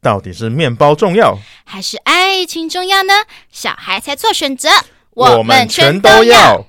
到底是面包重要还是爱情重要呢？小孩才做选择， 我们全都要。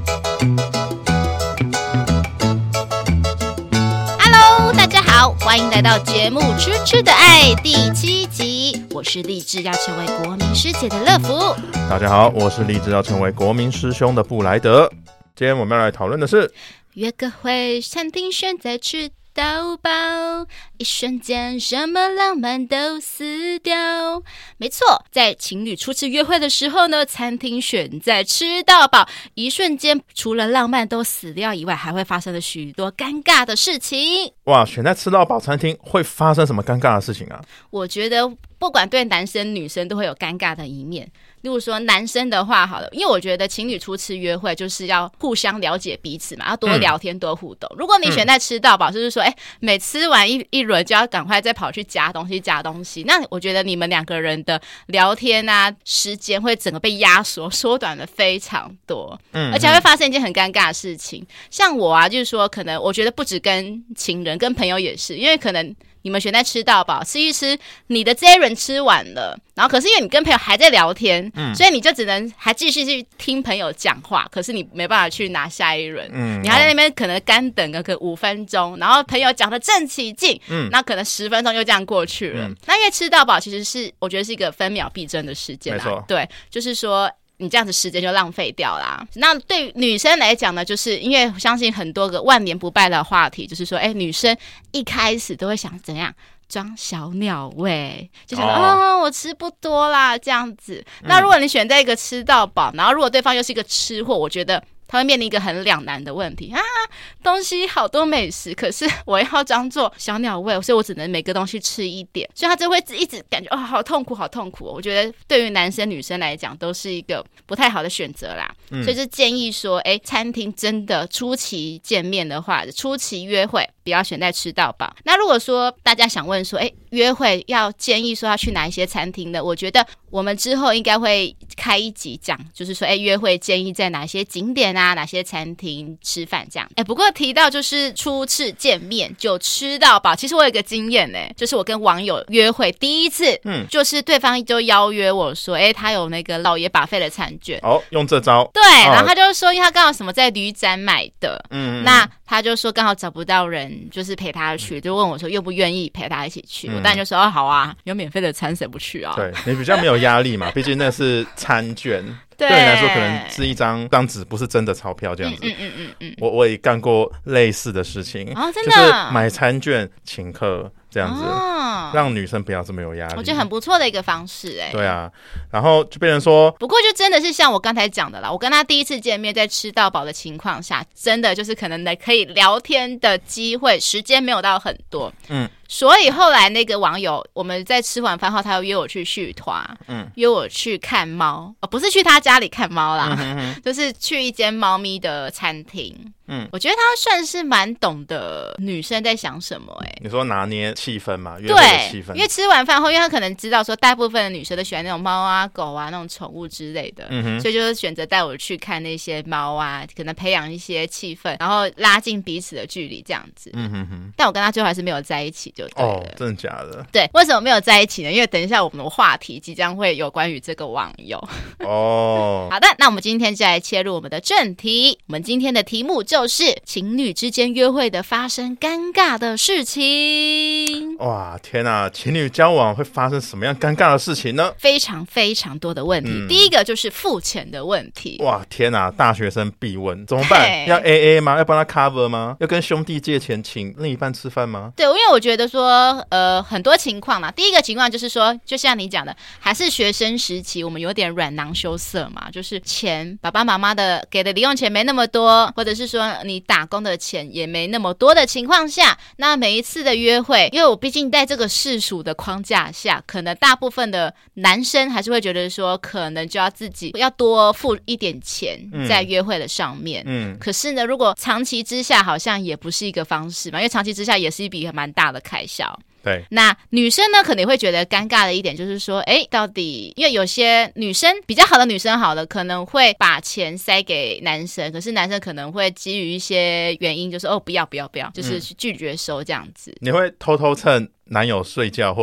Hello， 大家好，欢迎来到节目《吃吃的爱》第7集。我是立志要成为国民师姐的乐福。 大家好，我是立志要成为国民师兄的布莱德。今天我们要来讨论的是约个会，餐厅选在吃到饱，一瞬间什么浪漫都死掉。没错，在情侣初次约会的时候呢，餐厅选在吃到饱，一瞬间除了浪漫都死掉以外，还会发生了许多尴尬的事情。 哇，选在吃到饱餐厅会发生什么尴尬的事情啊？ 我觉得不管对男生女生都会有尴尬的一面。例如说男生的话好了，因为我觉得情侣初次约会就是要互相了解彼此嘛，要多聊天多互动。如果你选在吃到饱，就是说每吃完一轮就要赶快再跑去夹东西，那我觉得你们两个人的聊天啊时间会整个被压缩短了非常多，而且还会发生一件很尴尬的事情。像我啊，就是说可能我觉得不止跟情人跟朋友也是，因为可能你们选在吃到饱，吃一吃，你的这一轮吃完了，然后可是因为你跟朋友还在聊天，所以你就只能还继续去听朋友讲话，可是你没办法去拿下一轮，你还在那边可能干等个5分钟，然后朋友讲的正起劲，那可能10分钟就这样过去了。那因为吃到饱其实是我觉得是一个分秒必争的时间啦，没错，对，就是说你这样子时间就浪费掉啦。那对女生来讲呢，就是因为我相信很多个万年不败的话题，就是说女生一开始都会想怎样装小鸟胃，就想说我吃不多啦这样子。那如果你选在一个吃到饱，然后如果对方又是一个吃货，我觉得他会面临一个很两难的问题啊，东西好多美食，可是我要装作小鸟胃，所以我只能每个东西吃一点，所以他就会一直感觉好痛苦好痛苦。我觉得对于男生女生来讲都是一个不太好的选择啦，所以就建议说餐厅真的初期见面的话，初期约会不要选在吃到饱。那如果说大家想问说约会要建议说要去哪一些餐厅呢？我觉得我们之后应该会开一集讲，就是说约会建议在哪些景点啊哪些餐厅吃饭这样。不过提到就是初次见面就吃到饱，其实我有一个经验就是我跟网友约会第一次就是对方就邀约我说他有那个老爷把费的餐券， 用这招， 对，然后他就说因为他刚好什么在旅展买的，那他就说刚好找不到人就是陪他去，就问我说愿不愿意陪他一起去，我当然就说好啊，有免费的餐谁不去啊。 对，你比较没有压力嘛，毕竟那是餐券对你来说可能是一张纸，不是真的钞票这样子。我也干过类似的事情， 真的就是买餐券请客这样子，让女生不要这么有压力， 我觉得很不错的一个方式对啊，然后就变成说， 不过就真的是像我刚才讲的啦，我跟他第一次见面在吃到饱的情况下，真的就是可能可以聊天的机会时间没有到很多，所以后来那个网友我们在吃完饭后，他又约我去续团，约我去看猫，不是去他家里看猫啦，就是去一间猫咪的餐厅。我觉得他算是蛮懂得女生在想什么你说拿捏气氛嘛，约会的气氛。因为吃完饭后，因为他可能知道说大部分的女生都喜欢那种猫啊狗啊那种宠物之类的，所以就是选择带我去看那些猫啊，可能培养一些气氛，然后拉近彼此的距离这样子。但我跟他最后还是没有在一起就对了。 真的假的？ 对，为什么没有在一起呢？因为等一下我们的话题即将会有关于这个网友。好的，那我们今天就来切入我们的正题。我们今天的题目就是情侣之间约会的发生尴尬的事情。 哇，天哪，情侣交往会发生什么样尴尬的事情呢？ 非常非常多的问题。第一个就是付钱的问题。 哇，天哪，大学生必问，怎么办？要 AA 吗？要帮他 cover 吗？要跟兄弟借钱请另一半吃饭吗？ 对，因为我觉得说很多情况啦。第一个情况就是说，就像你讲的，还是学生时期，我们有点软囊羞涩嘛，就是钱爸爸妈妈的给的零用钱没那么多，或者是说你打工的钱也没那么多的情况下，那每一次的约会，因为我毕竟在这个世俗的框架下，可能大部分的男生还是会觉得说，可能就要自己要多付一点钱在约会的上面。可是呢，如果长期之下好像也不是一个方式嘛，因为长期之下也是一笔蛮大的开销。 对， 那女生呢可能会觉得尴尬的一点就是说，到底因为有些女生比较好的女生好了，可能会把钱塞给男生，可是男生可能会基于一些原因，就是不要，就是去拒绝收这样子。 你会偷偷趁男友睡觉或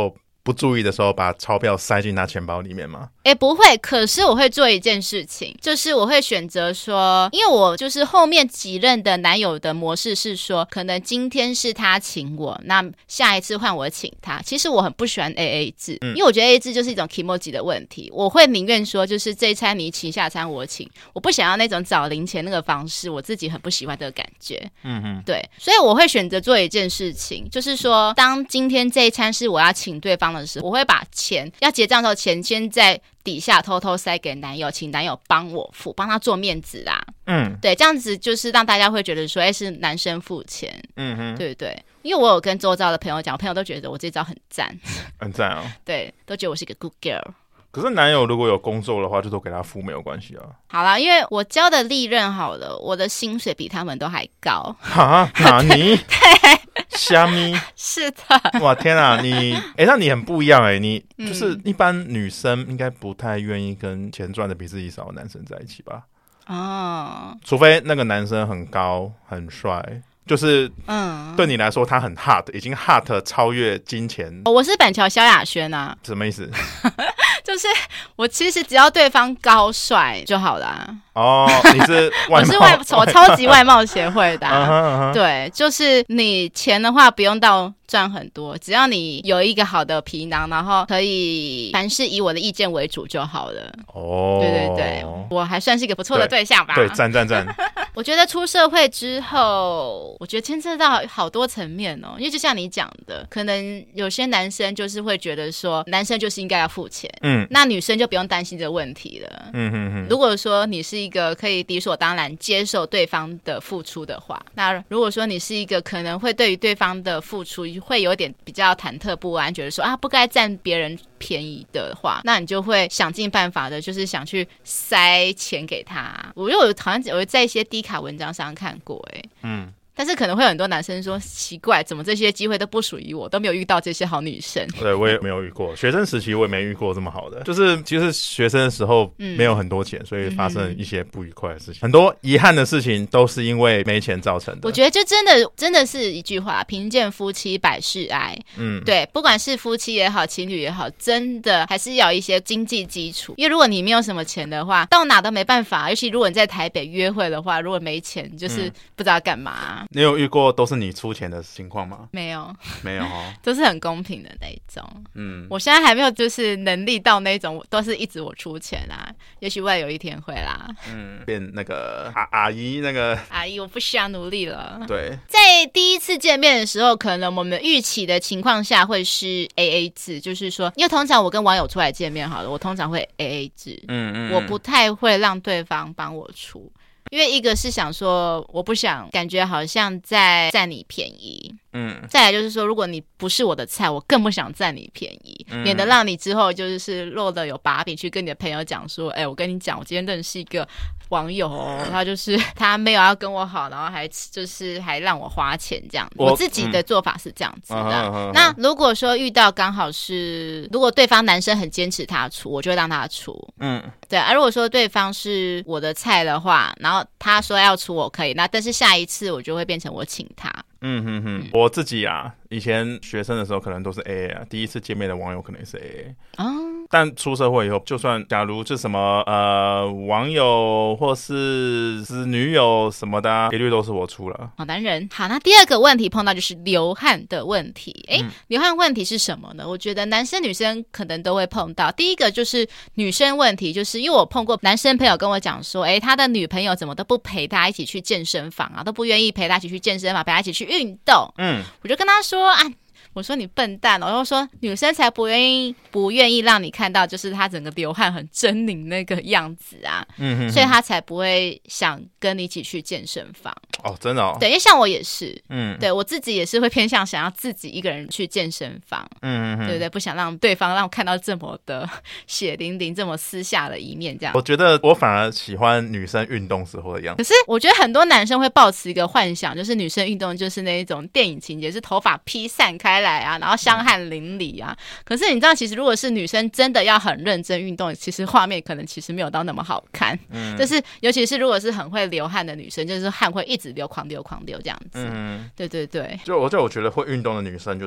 不注意的时候把钞票塞进他钱包里面吗？ 不会，可是我会做一件事情，就是我会选择说，因为我就是后面几任的男友的模式是说，可能今天是他请我，那下一次换我请他。其实我很不喜欢 AA 制，因为我觉得 AA 制就是一种 kimoji 的问题，我会宁愿说就是这一餐你请，下餐我请，我不想要那种找零钱那个方式，我自己很不喜欢这个感觉。对，所以我会选择做一件事情，就是说当今天这一餐是我要请对方的时候，我会把钱要结账的时候钱先在底下偷偷塞给男友，请男友帮我付，帮他做面子啦。对，这样子就是让大家会觉得说，是男生付钱。对不对？因为我有跟周遭的朋友讲，我朋友都觉得我这招很赞， 很赞啊。 对，都觉得我是一个 good girl。 可是男友如果有工作的话，就都给他付没有关系啊。 好啦，因为我交的利润好了，我的薪水比他们都还高。 哈？哪尼？ 对， 虾米？ 是的。 哇，天啊，那你很不一样你就是一般女生应该不太愿意跟钱赚的比自己少的男生在一起吧？除非那个男生很高很帅。就是对你来说他很 hot， 已经 hot 超越金钱。 我是板桥萧亚轩啊。 什么意思？ 就是我其实只要对方高帅就好啦。 你是外貌我超级外貌协会的对，就是你钱的话不用到赚很多，只要你有一个好的皮囊，然后可以凡事以我的意见为主就好了。对，我还算是一个不错的对象吧。 对，赞我觉得出社会之后，我觉得牵涉到好多层面因为就像你讲的，可能有些男生就是会觉得说男生就是应该要付钱，那女生就不用担心这个问题了。如果说你是一个可以理所当然接受对方的付出的话，那如果说你是一个可能会对于对方的付出会有点比较忐忑不安，觉得说不该占别人便宜的话，那你就会想尽办法的就是想去塞钱给他。我好像有在一些低卡文章上看过但是可能会有很多男生说奇怪，怎么这些机会都不属于我，都没有遇到这些好女生。 对，我也没有遇过，学生时期我也没遇过这么好的。就是其实学生的时候没有很多钱，所以发生一些不愉快的事情，很多遗憾的事情都是因为没钱造成的。 我觉得就真的是一句话，贫贱夫妻百事哀。对，不管是夫妻也好情侣也好，真的还是要有一些经济基础，因为如果你没有什么钱的话，到哪都没办法。尤其如果你在台北约会的话，如果没钱就是不知道干嘛。 你有遇过都是你出钱的情况吗？ 没有都是很公平的那一种。我现在还没有就是能力到那种都是一直我出钱啦，也许未来有一天会啦。 变那个阿姨阿姨，我不需要努力了。 对， 在第一次见面的时候，可能我们预期的情况下会是 AA 制，就是说，因为通常我跟网友出来见面好了，我通常会 AA 制。我不太会让对方帮我出。因为一个是想说我不想感觉好像在占你便宜，再来就是说如果你不是我的菜，我更不想占你便宜，免得让你之后就是落得有把柄去跟你的朋友讲说，我跟你讲，我今天认识一个网友他就是他没有要跟我好，然后还让我花钱这样。我自己的做法是这样子的。那如果说遇到刚好是如果对方男生很坚持他出，我就会让他出。对如果说对方是我的菜的话，然后他说要出我可以，那但是下一次我就会变成我请他。 我自己以前学生的时候可能都是 AA 第一次见面的网友可能也是 AA 但出社会以后，就算假如是什么网友或是女友什么的一律都是我出了。 好男人。好，那第二个问题碰到就是流汗的问题。流汗问题是什么呢？我觉得男生女生可能都会碰到。第一个就是女生问题，就是因为我碰过男生朋友跟我讲说，他的女朋友怎么都不陪他一起去健身房都不愿意陪他一起去健身房，陪他一起去运动。我就跟他说我说你笨蛋我又说女生才不愿意让你看到就是她整个流汗很狰狞那个样子所以她才不会想跟你一起去健身房。 真的对，因为像我也是对我自己也是会偏向想要自己一个人去健身房对不对？不想让对方让我看到这么的血淋淋这么私下的一面这样。 我觉得我反而喜欢女生运动时候的样子。 可是我觉得很多男生会抱持一个幻想，就是女生运动就是那一种电影情节，是头发披散开来然后香汗淋漓可是你知道其实如果是女生真的要很认真运动，其实画面可能其实没有到那么好看就是尤其是如果是很会流汗的女生，就是汗会一直流狂流这样子对对对。 我觉得会运动的女生就是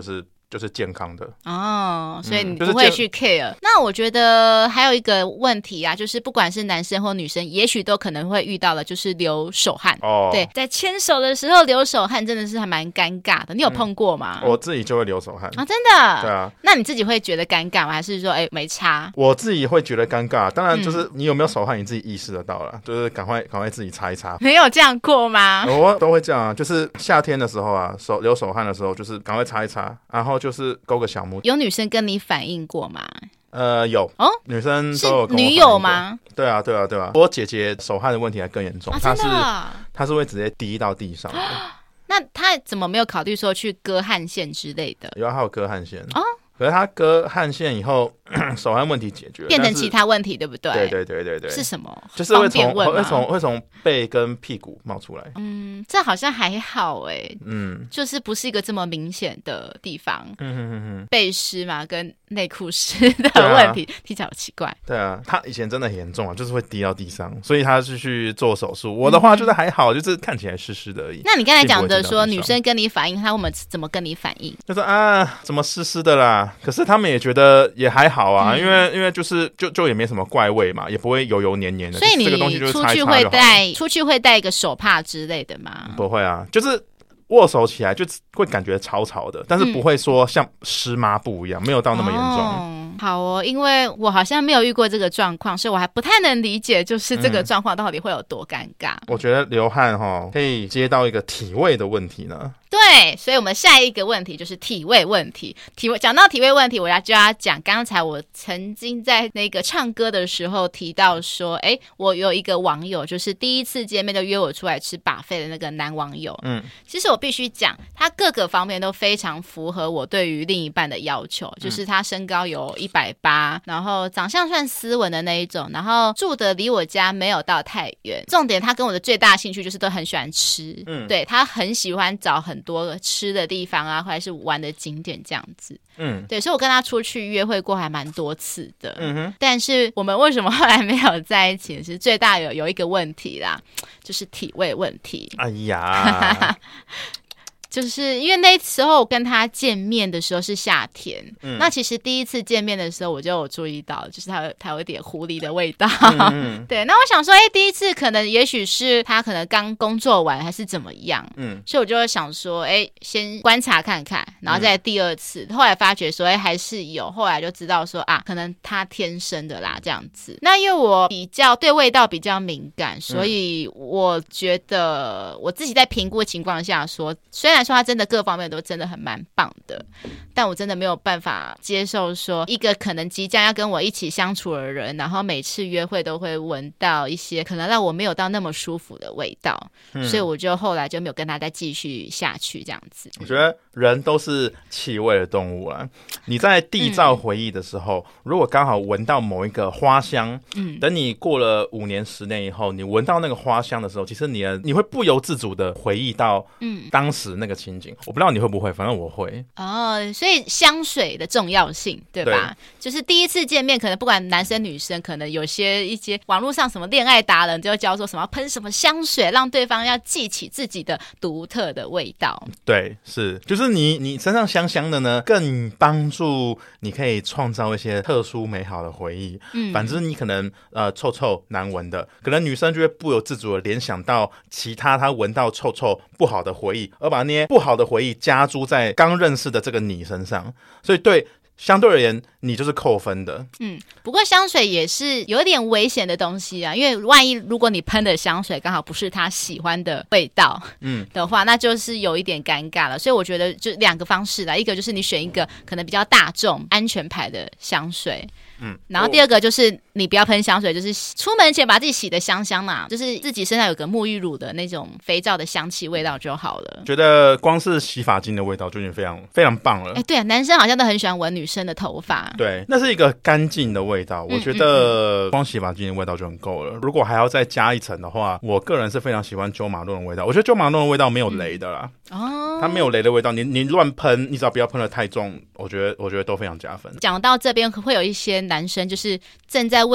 就是健康的哦，所以你不会去 care。那我觉得还有一个问题啊，就是不管是男生或女生，也许都可能会遇到的，就是流手汗。哦，对，在牵手的时候流手汗，真的是还蛮尴尬的。你有碰过吗？ 我自己就会流手汗啊，真的？ 对啊。 那你自己会觉得尴尬吗？还是说，没差？ 我自己会觉得尴尬，当然就是你有没有手汗，你自己意识得到了，就是赶快自己擦一擦。 没有这样过吗？ 我都会这样啊，就是夏天的时候啊，流手汗的时候，就是赶快擦一擦，然后就是勾个小拇指。 有女生跟你反映过吗？ 有哦，女生都有跟我反映过。 是女友吗？ 对啊。我姐姐手汗的问题还更严重， 她是会直接滴到地上的。 那她怎么没有考虑说去割汗腺之类的？ 有，还有割汗腺哦。可是他割汗腺以后，手汗问题解决了， 变成其他问题，对不对？ 对。 是什么？ 就是会从背跟屁股冒出来。 这好像还好就是不是一个这么明显的地方。背湿嘛，跟内裤湿的问题，听起来好奇怪。 对啊，他以前真的很严重啊，就是会滴到地上，所以他是去做手术。我的话就是还好，就是看起来湿湿的而已。 那你刚才讲的说女生跟你反映，他们怎么跟你反应？ 就说啊，怎么湿湿的啦？可是他们也觉得也还好啊，因为就是也没什么怪味嘛，也不会油油黏黏的。 所以你这个东西就是出去会带一个手帕之类的吗？ 不会啊，就是握手起来就会感觉潮潮的，但是不会说像湿抹布一样，没有到那么严重。 好哦，因为我好像没有遇过这个状况，所以我还不太能理解，就是这个状况到底会有多尴尬。 我觉得流汗可以接到一个体味的问题呢。 对，所以我们下一个问题就是体味问题。讲到体味问题，我就要讲刚才我曾经在那个唱歌的时候提到说，我有一个网友，就是第一次见面就约我出来吃buffet的那个男网友。其实我必须讲，他各个方面都非常符合我对于另一半的要求，就是他身高有180，然后长相算斯文的那一种，然后住的离我家没有到太远。重点，他跟我的最大兴趣就是都很喜欢吃。对，他很喜欢找很多吃的地方啊，或者是玩的景点这样子。对，所以我跟他出去约会过还蛮多次的。但是我们为什么后来没有在一起？是最大有一个问题啦，就是体味问题。哎呀。就是因为那时候我跟他见面的时候是夏天，那其实第一次见面的时候我就有注意到，就是他有一点狐狸的味道。对，那我想说，第一次可能也许是他可能刚工作完还是怎么样，所以我就会想说，先观察看看，然后再第二次，后来发觉说，还是有，后来就知道说啊，可能他天生的啦这样子。那因为我对味道比较敏感，所以我觉得我自己在评估的情况下说，虽然说他真的各方面都真的很蛮棒的，但我真的没有办法接受说一个可能即将要跟我一起相处的人，然后每次约会都会闻到一些可能让我没有到那么舒服的味道，所以我就后来就没有跟他再继续下去这样子。 我觉得人都是气味的动物啊，你在缔造回忆的时候，如果刚好闻到某一个花香，等你过了5年10年以后，你闻到那个花香的时候，其实你会不由自主的回忆到当时那个情景。我不知道你会不会，反正我会。 所以香水的重要性，对吧？对，就是第一次见面，可能不管男生女生，可能有一些网络上什么恋爱达人就会教说什么喷什么香水，让对方要记起自己的独特的味道。 对，是，就是你身上香香的呢，更帮助你可以创造一些特殊美好的回忆。反之你可能臭臭难闻的，可能女生就会不由自主的联想到其他她闻到臭臭不好的回忆，而把那些不好的回忆加诸在刚认识的这个你身上，所以相对而言你就是扣分的。 不过香水也是有点危险的东西啊，因为万一如果你喷的香水刚好不是他喜欢的味道的话，那就是有一点尴尬了。所以我觉得就2个方式啦，一个就是你选一个可能比较大众安全牌的香水，然后第二个就是你不要喷香水，就是出门前把自己洗得香香嘛，就是自己身上有个沐浴乳的那种肥皂的香气味道就好了。 觉得光是洗发精的味道就已经非常非常棒了。 对啊，男生好像都很喜欢闻女生的头发。 对，那是一个干净的味道，我觉得光洗发精的味道就很够了。如果还要再加一层的话，我个人是非常喜欢Jo Malone的味道。我觉得Jo Malone的味道没有雷的啦。它没有雷的味道，你乱喷，你只要不要喷得太重，我觉得都非常加分。 讲到这边会有一些男生就是正在为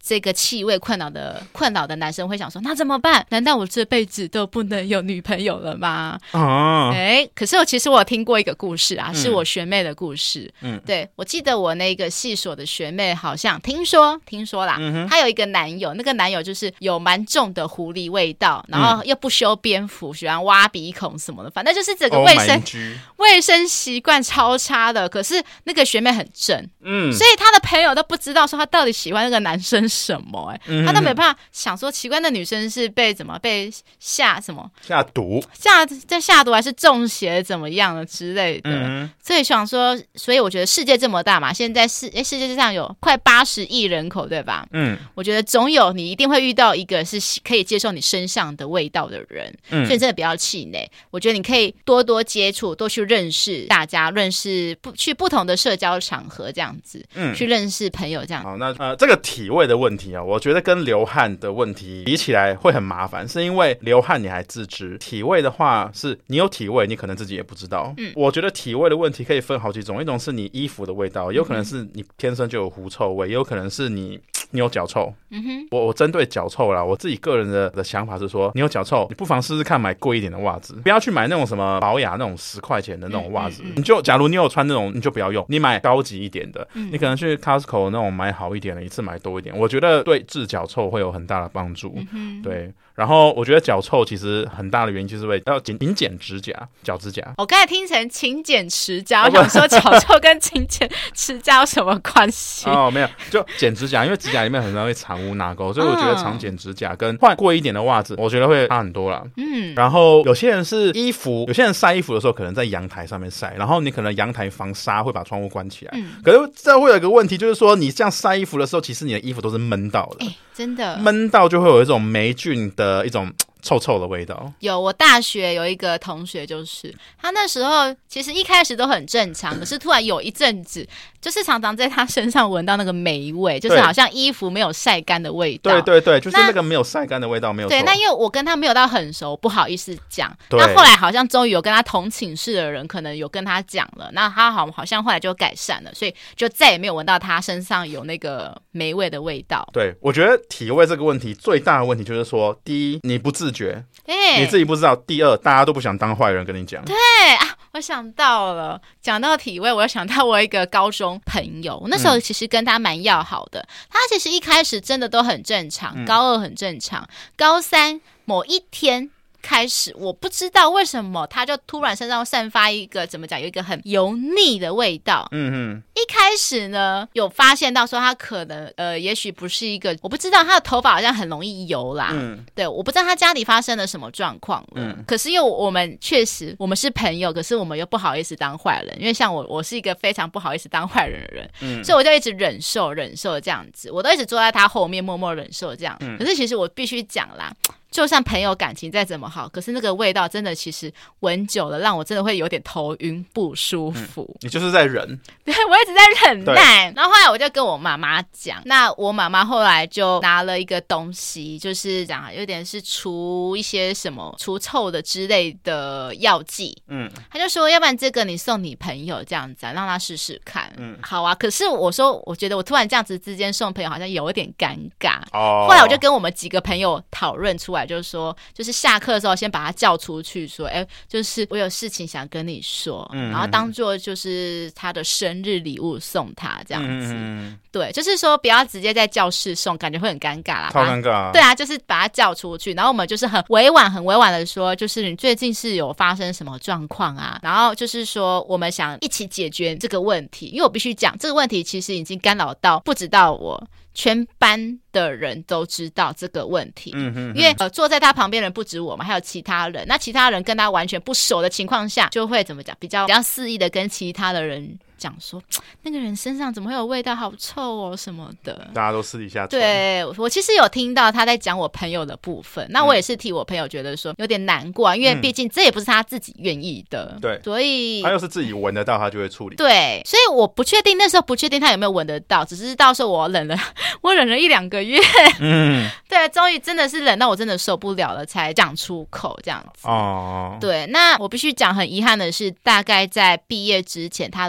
这个气味困扰的男生会想说，那怎么办？难道我这辈子都不能有女朋友了吗？可是其实我听过一个故事啊，是我学妹的故事。对，我记得我那个系所的学妹好像听说啦，她有一个男友，那个男友就是有蛮重的狐狸味道，然后又不修边幅，喜欢挖鼻孔什么的，反正就是整个卫生习惯超差的。可是那个学妹很正，所以她的朋友都不知道说她到底喜欢那个男生什么，她都没办法想说奇怪那女生是被下毒还是中邪怎么样的之类的。所以想说，所以我觉得世界这么大嘛，现在世界上有快80亿人口，对吧？我觉得总有你一定会遇到一个是可以接受你身上的味道的人，所以你真的不要气馁。我觉得你可以多多接触，多去认识大家，去不同的社交场合这样子，去认识朋友这样。 好，那这个体味的问题啊，我觉得跟流汗的问题比起来会很麻烦，是因为流汗你还自知，体味的话是你有体味，你可能自己也不知道。我觉得体味的问题可以分好几种，一种是你衣服的味道，有可能是你天生就有狐臭味，也有可能是你有脚臭。我针对脚臭啦，我自己个人的想法是说，你有脚臭，你不妨试试看买贵一点的袜子，不要去买那种什么宝雅那种10块钱的那种袜子。假如你有穿那种，你就不要用，你买高级一点的，你可能去 Costco 那种买好一点的，一次买多一点，我觉得对治脚臭会有很大的帮助。对。然后我觉得脚臭其实很大的原因就是要勤剪指甲，脚指甲。 我刚才听成勤剪指甲，我想说脚臭跟勤剪指甲有什么关系？ 没有，就剪指甲，因为指甲里面很容易藏污纳垢，所以我觉得常剪指甲跟换贵一点的袜子，我觉得会差很多啦。然后有些人是衣服，有些人晒衣服的时候可能在阳台上面晒，然后你可能阳台防沙会把窗户关起来。可是这会有一个问题，就是说你这样晒衣服的时候，其实你的衣服都是闷到的。 真的闷到就会有一种霉菌的一种臭臭的味道。 我大学有一个同学，就是他那时候其实一开始都很正常，可是突然有一阵子就是常常在他身上闻到那个霉味，就是好像衣服没有晒干的味道。 对，就是那个没有晒干的味道，没有错。 对，那因为我跟他没有到很熟，不好意思讲。那后来好像终于有跟他同寝室的人可能有跟他讲了，那他好像后来就改善了，所以就再也没有闻到他身上有那个霉味的味道。 对，我觉得体味这个问题最大的问题就是说，第一你不自觉，你自己不知道；第二大家都不想当坏人跟你讲。 对啊，我想到了，讲到体味，我又想到我一个高中朋友，我那时候其实跟他蛮要好的，他其实一开始真的都很正常，高2很正常，高3某一天开始，我不知道为什么他就突然身上散发一个有一个很油腻的味道。一开始呢有发现到说他可能也许不是一个，我不知道他的头发好像很容易油啦。对，我不知道他家里发生了什么状况了。可是因为我们确实我们是朋友，可是我们又不好意思当坏人，因为像我是一个非常不好意思当坏人的人，所以我就一直忍受这样子，我都一直坐在他后面默默忍受这样。可是其实我必须讲啦，就算朋友感情再怎么好，可是那个味道真的其实闻久了让我真的会有点头晕不舒服。 你就是在忍。 对，我一直在忍耐。然后后来我就跟我妈妈讲，那我妈妈后来就拿了一个东西，就是讲有点是除一些什么除臭的之类的药剂。他就说要不然这个你送你朋友这样子让他试试看。好啊。可是我说我觉得我突然这样子之间送朋友好像有一点尴尬。后来我就跟我们几个朋友讨论出来，就是说就是下课的时候先把他叫出去说，就是我有事情想跟你说，然后当做就是他的生日礼物送他这样子。对，就是说不要直接在教室送，感觉会很尴尬啦， 超尴尬。 对啊，就是把他叫出去，然后我们就是很委婉的说，就是你最近是有发生什么状况啊，然后就是说我们想一起解决这个问题。因为我必须讲这个问题其实已经干扰到不止到我，全班的人都知道这个问题。因为坐在他旁边的人不止我嘛，还有其他人，那其他人跟他完全不熟的情况下，就会怎么讲，比较肆意的跟其他的人讲说那个人身上怎么会有味道，好臭哦什么的， 大家都私底下传。 对，我其实有听到他在讲我朋友的部分，那我也是替我朋友觉得说有点难过，因为毕竟这也不是他自己愿意的。对，所以他要是自己闻得到他就会处理。 对，所以我不确定，那时候不确定他有没有闻得到，只是到时候我忍了1-2个月。对，终于真的是忍到我真的受不了了才讲出口这样子。对，那我必须讲很遗憾的是，大概在毕业之前他的问题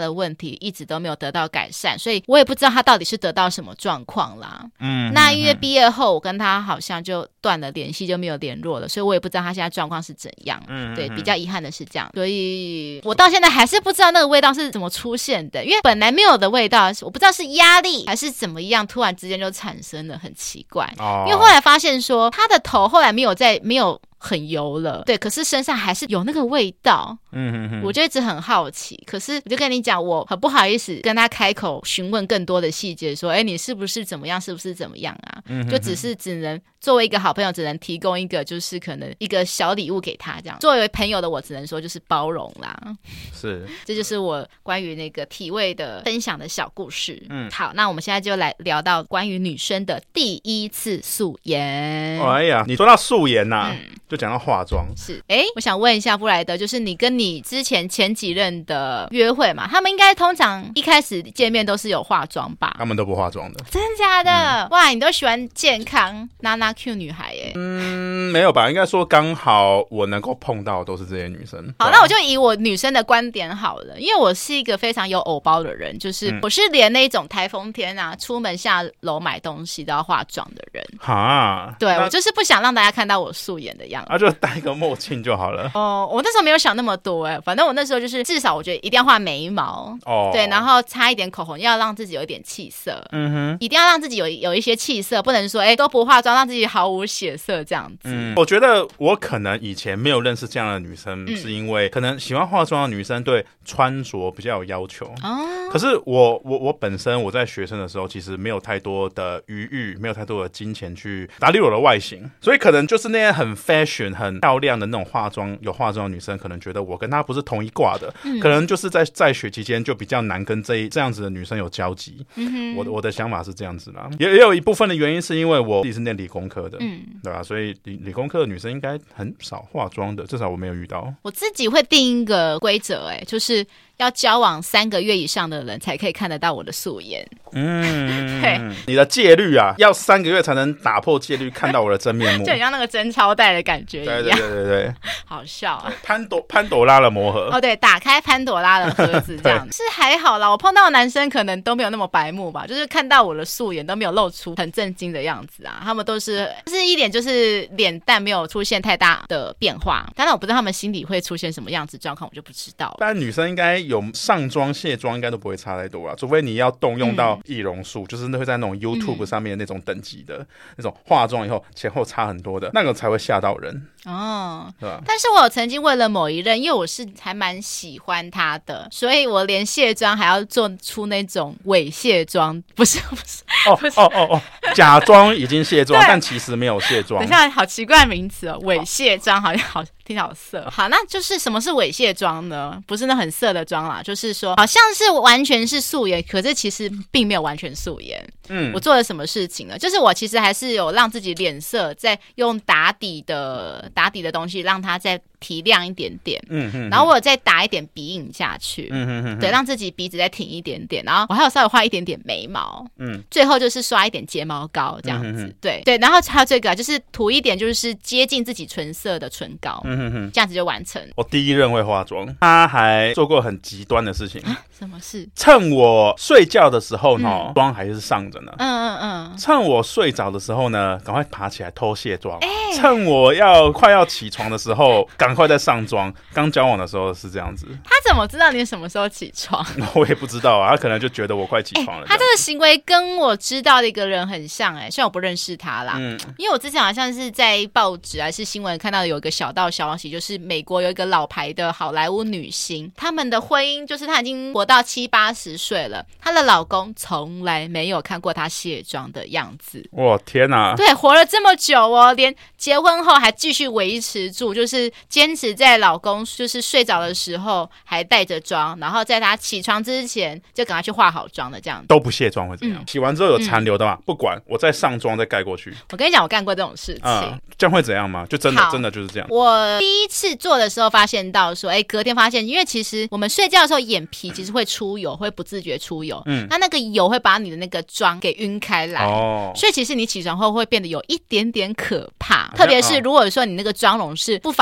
题一直都没有得到改善，所以我也不知道他到底是得到什么状况啦。那因为毕业后我跟他好像就断了联系，就没有联络了，所以我也不知道他现在状况是怎样。对，比较遗憾的是这样，所以我到现在还是不知道那个味道是怎么出现的，因为本来没有的味道，我不知道是压力还是怎么样，突然之间就产生了，很奇怪。因为后来发现说他的头后来没有很油了，对，可是身上还是有那个味道。我就一直很好奇，可是我就跟你讲，我很不好意思跟他开口询问更多的细节，说你是不是怎么样，是不是怎么样啊？就只能作为一个好朋友，只能提供一个就是可能一个小礼物给他这样。作为朋友的我只能说就是包容啦。 是，这就是我关于那个体味的分享的小故事。好，那我们现在就来聊到关于女生的第一次素颜。 哎呀，你说到素颜啊，就讲到化妆。 是，我想问一下布莱德，就是你跟你之前前几任的约会嘛，他们应该通常一开始见面都是有化妆吧？ 他们都不化妆的。 真的假的？哇，你都喜欢健康娜娜 Q 女孩耶。 没有吧，应该说刚好我能够碰到都是这些女生。 好，那我就以我女生的观点好了，因为我是一个非常有偶包的人，就是我是连那种台风天啊出门下楼买东西都要化妆的人。对，我就是不想让大家看到我素颜的样子。 就戴个墨镜就好了。 我那时候没有想那么多反正我那时候就是至少我觉得一定要画眉毛。对，然后擦一点口红，要让自己有一点气色。一定要让自己有一些气色，不能说都不化妆让自己毫无血色这样子。 我觉得我可能以前没有认识这样的女生，是因为可能喜欢化妆的女生对穿着比较有要求。可是我本身我在学生的时候其实没有太多的余裕，没有太多的金钱去打理我的外形，所以可能就是那些很 fashion 很漂亮的那种有化妆的女生可能觉得我跟她不是同一挂的，可能就是在学期间就比较难跟这样子的女生有交集。我的想法是这样子啦，也有一部分的原因是因为我自己是念理工科的，对吧？所以理工科的女生应该很少化妆的，至少我没有遇到。 我自己会定一个规则，就是要交往3个月以上的人才可以看得到我的素颜。对， 你的戒律啊，要3个月才能打破戒律，看到我的真面目， 就很像那个真钞袋的感觉一样。 对， 好笑啊！ 潘朵拉的魔盒。 对，打开潘朵拉的盒子这样是还好啦。我碰到的男生可能都没有那么白目吧，就是看到我的素颜都没有露出很震惊的样子啊，他们都是一点就是脸蛋没有出现太大的变化。当然我不知道他们心里会出现什么样子状况，我就不知道了。 但女生应该有上妆卸妆应该都不会差太多啦，除非你要动用到易容术，就是会在那种 YouTube 上面的那种等级的那种化妆以后前后差很多的那个才会吓到人。对吧？ 但是我有曾经为了某一任，因为我是还蛮喜欢他的，所以我连卸妆还要做出那种伪卸妆，不是假装已经卸妆，但其实没有卸妆。等一下，好奇怪的名词哦，伪卸妆好像听起来好色。好，那就是什么是伪卸妆呢？不是那很色的妆啦，就是说好像是完全是素颜，可是其实并没有完全素颜。我做了什么事情呢？就是我其实还是有让自己脸色再用打底的东西让它再提亮一点点，然后我有再打一点鼻影下去，对，让自己鼻子再挺一点点，然后我还有稍微画一点点眉毛，最后就是刷一点睫毛膏这样子，对，然后还有这个就是涂一点就是接近自己唇色的唇膏，这样子就完成。 我第一任会化妆，他还做过很极端的事情。 什么事？ 趁我睡觉的时候呢，妆还是上着呢。趁我睡着的时候呢，赶快爬起来偷卸妆。趁我快要起床的时候，赶快再上妆。刚交往的时候是这样子。 他怎么知道你什么时候起床？ 我也不知道啊，他可能就觉得我快起床了。 他这个行为跟我知道的一个人很像虽然我不认识他啦，因为我之前好像是在报纸还是新闻看到有一个小道消息，就是美国有一个老牌的好莱坞女星，他们的婚姻就是她已经活到70-80岁了，她的老公从来没有看过她卸妆的样子。 哇，天哪！ 对，活了这么久连结婚后还继续维持住，就是坚持在老公就是睡着的时候还带着妆，然后在他起床之前就赶快去化好妆的这样子。 都不卸妆会怎样？洗完之后有残留的嘛？不管，我再上妆再盖过去。 我跟你讲，我干过这种事情。 这样会怎样吗？就真的就是这样。 我第一次做的时候发现到说，隔天发现，因为其实我们睡觉的时候眼皮其实会出油，会不自觉出油，那个油会把你的那个妆给晕开来，所以其实你起床后会变得有一点点可怕，特别是如果说你那个妆容是不防水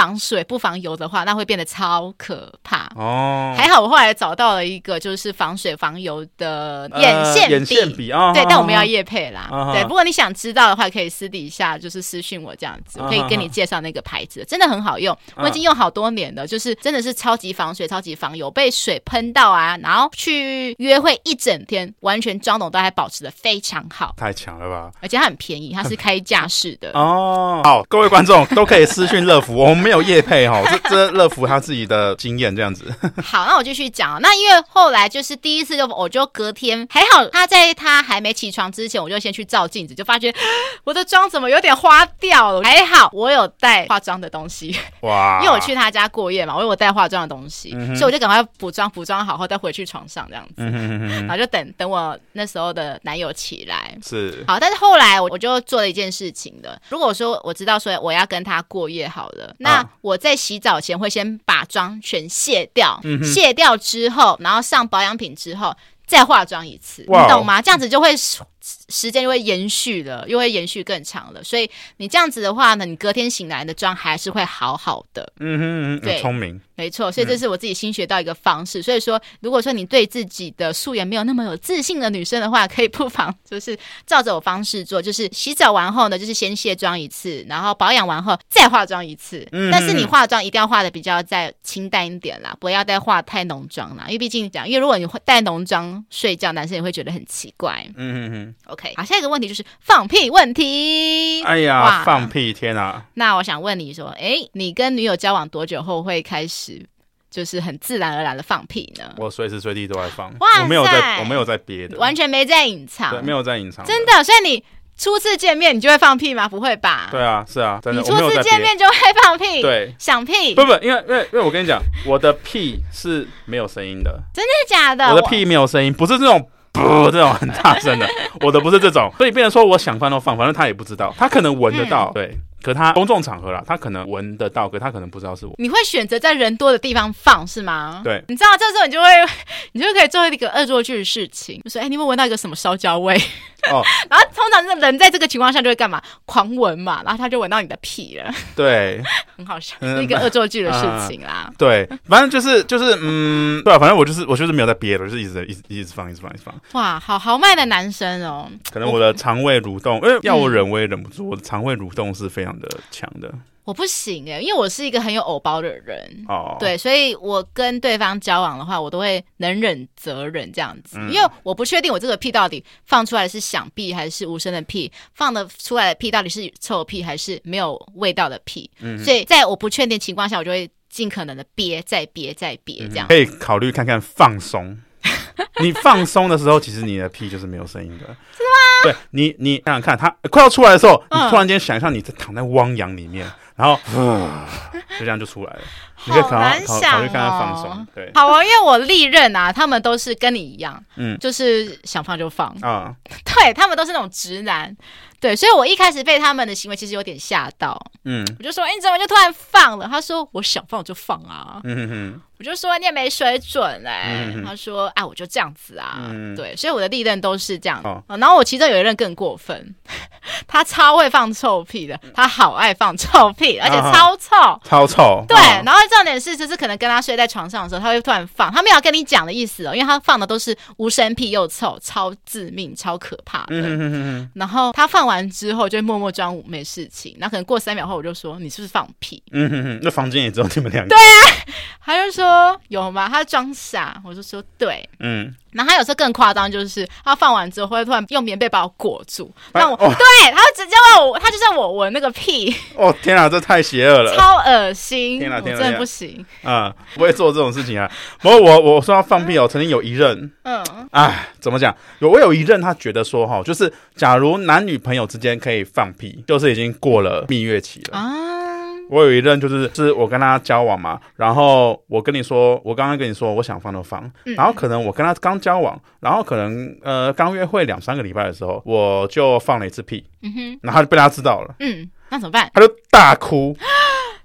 不防油的话，那会变得超可怕哦。还好我后来找到了一个就是防水防油的眼线笔对，但我们要业配啦对，不过你想知道的话可以私底下就是私讯我这样子，我可以跟你介绍那个牌子，真的很好用，我已经用好多年了，就是真的是超级防水超级防油，被水喷到啊，然后去约会一整天完全妆容都还保持得非常好， 太强了吧， 而且它很便宜，它是开架式的好，各位观众都可以私讯乐福，我们没有业配这乐福他自己的经验这样子好，那我继续讲那因为后来就是第一次我就隔天还好，他还没起床之前我就先去照镜子，就发觉我的妆怎么有点花掉了，还好我有带化妆的东西哇，因为我去他家过夜嘛，我有带化妆的东西所以我就赶快补妆好后再回去床上这样子然后就等我那时候的男友起来是好，但是后来我就做了一件事情的，如果说我知道说我要跟他过夜好了，那我在洗澡前会先把妆全卸掉卸掉之后，然后上保养品之后再化妆一次，你懂吗？这样子就会时间就会延续了，又会延续更长了，所以你这样子的话呢，你隔天醒来的妆还是会好好的对， 聪明， 没错，所以这是我自己新学到一个方式所以说如果说你对自己的素颜没有那么有自信的女生的话，可以不妨就是照着我方式做，就是洗澡完后呢就是先卸妆一次，然后保养完后再化妆一次但是你化妆一定要化的比较再清淡一点啦，不要再化太浓妆啦，因为毕竟因为如果你带浓妆睡觉，男生也会觉得很奇怪OK， 好，下一个问题就是放屁问题。 哎呀，放屁，天啊！ 那我想问你说，你跟女友交往多久后会开始就是很自然而然的放屁呢？我随时随地都在放， 我没有在憋的， 完全没在隐藏， 对，没有在隐藏， 真的。所以你初次见面你就会放屁吗？不会吧？ 对啊，是啊，真的。 你初次见面就会放屁？ 对， 想屁？ 不，因为我跟你讲，我的屁是没有声音的， 真的假的？ 我的屁没有声音，不是这种。这种很大声的，我的不是这种，所以变成说我想放都放，反正他也不知道，他可能闻得到，对，可他公众场合啦，他可能闻得到，可他可能不知道是我。你会选择在人多的地方放是吗？ 对， 你知道这时候你就可以做一个恶作剧的事情，就说你有没有闻到一个什么烧焦味？然后通常人在这个情况下就会干嘛？狂闻嘛，然后他就闻到你的屁了。 对， 很好笑，是一个恶作剧的事情啦。 对，反正就是对啊，反正我就是没有在憋了，就是一直放。 哇，好豪迈的男生哦！ 可能我的肠胃蠕动，因为要我忍我也忍不住，我的肠胃蠕动是非常的强的。 我不行因为我是一个很有偶包的人对，所以我跟对方交往的话，我都会能忍则忍这样子因为我不确定我这个屁到底放出来的是响屁还是无声的屁，放的出来的屁到底是臭屁还是没有味道的屁所以在我不确定情况下，我就会尽可能的憋再憋再憋这样可以考虑看看放松你放松的时候，其实你的屁就是没有声音的，是吗？对，你想想看，它快要出来的时候，你突然间想象你躺在汪洋里面，然后就这样就出来了。你可以考虑看看放松。对， 好因为我历任他们都是跟你一样，就是想放就放对，他们都是那种直男。对，所以我一开始被他们的行为其实有点吓到，我就说你怎么就突然放了？他说我想放就放啊，我就说你也没水准他说我就这样子啊，对，所以我的历任都是这样然后我其中有一任更过分，他超会放臭屁的，他好爱放臭屁，而且超臭，对，然后重点是就是可能跟他睡在床上的时候，他会突然放，他没有跟你讲的意思因为他放的都是无声屁又臭，超致命超可怕的然后他放完之后就会默默装没事情，然后可能过3秒后我就说你是不是放屁那房间也只有你们两个， 对啊，他就说有吗？他装傻，我就说对然后他有时候更夸张，就是他放完之后会突然用棉被把我裹住，让我对，他就直接让我，他就让我闻那个屁。 天啊，这太邪恶了， 超恶心！ 天啊， 我真的不行不会做这种事情啊。不过我说要放屁曾经有一任，怎么讲？我有一任，他觉得说就是假如男女朋友之间可以放屁，就是已经过了蜜月期了我有一任就是我跟他交往嘛，然后我刚刚跟你说我想放就放然后可能我跟他刚交往，然后可能刚约会2-3个礼拜的时候，我就放了一次屁然后就被他知道了那怎么办？ 他就大哭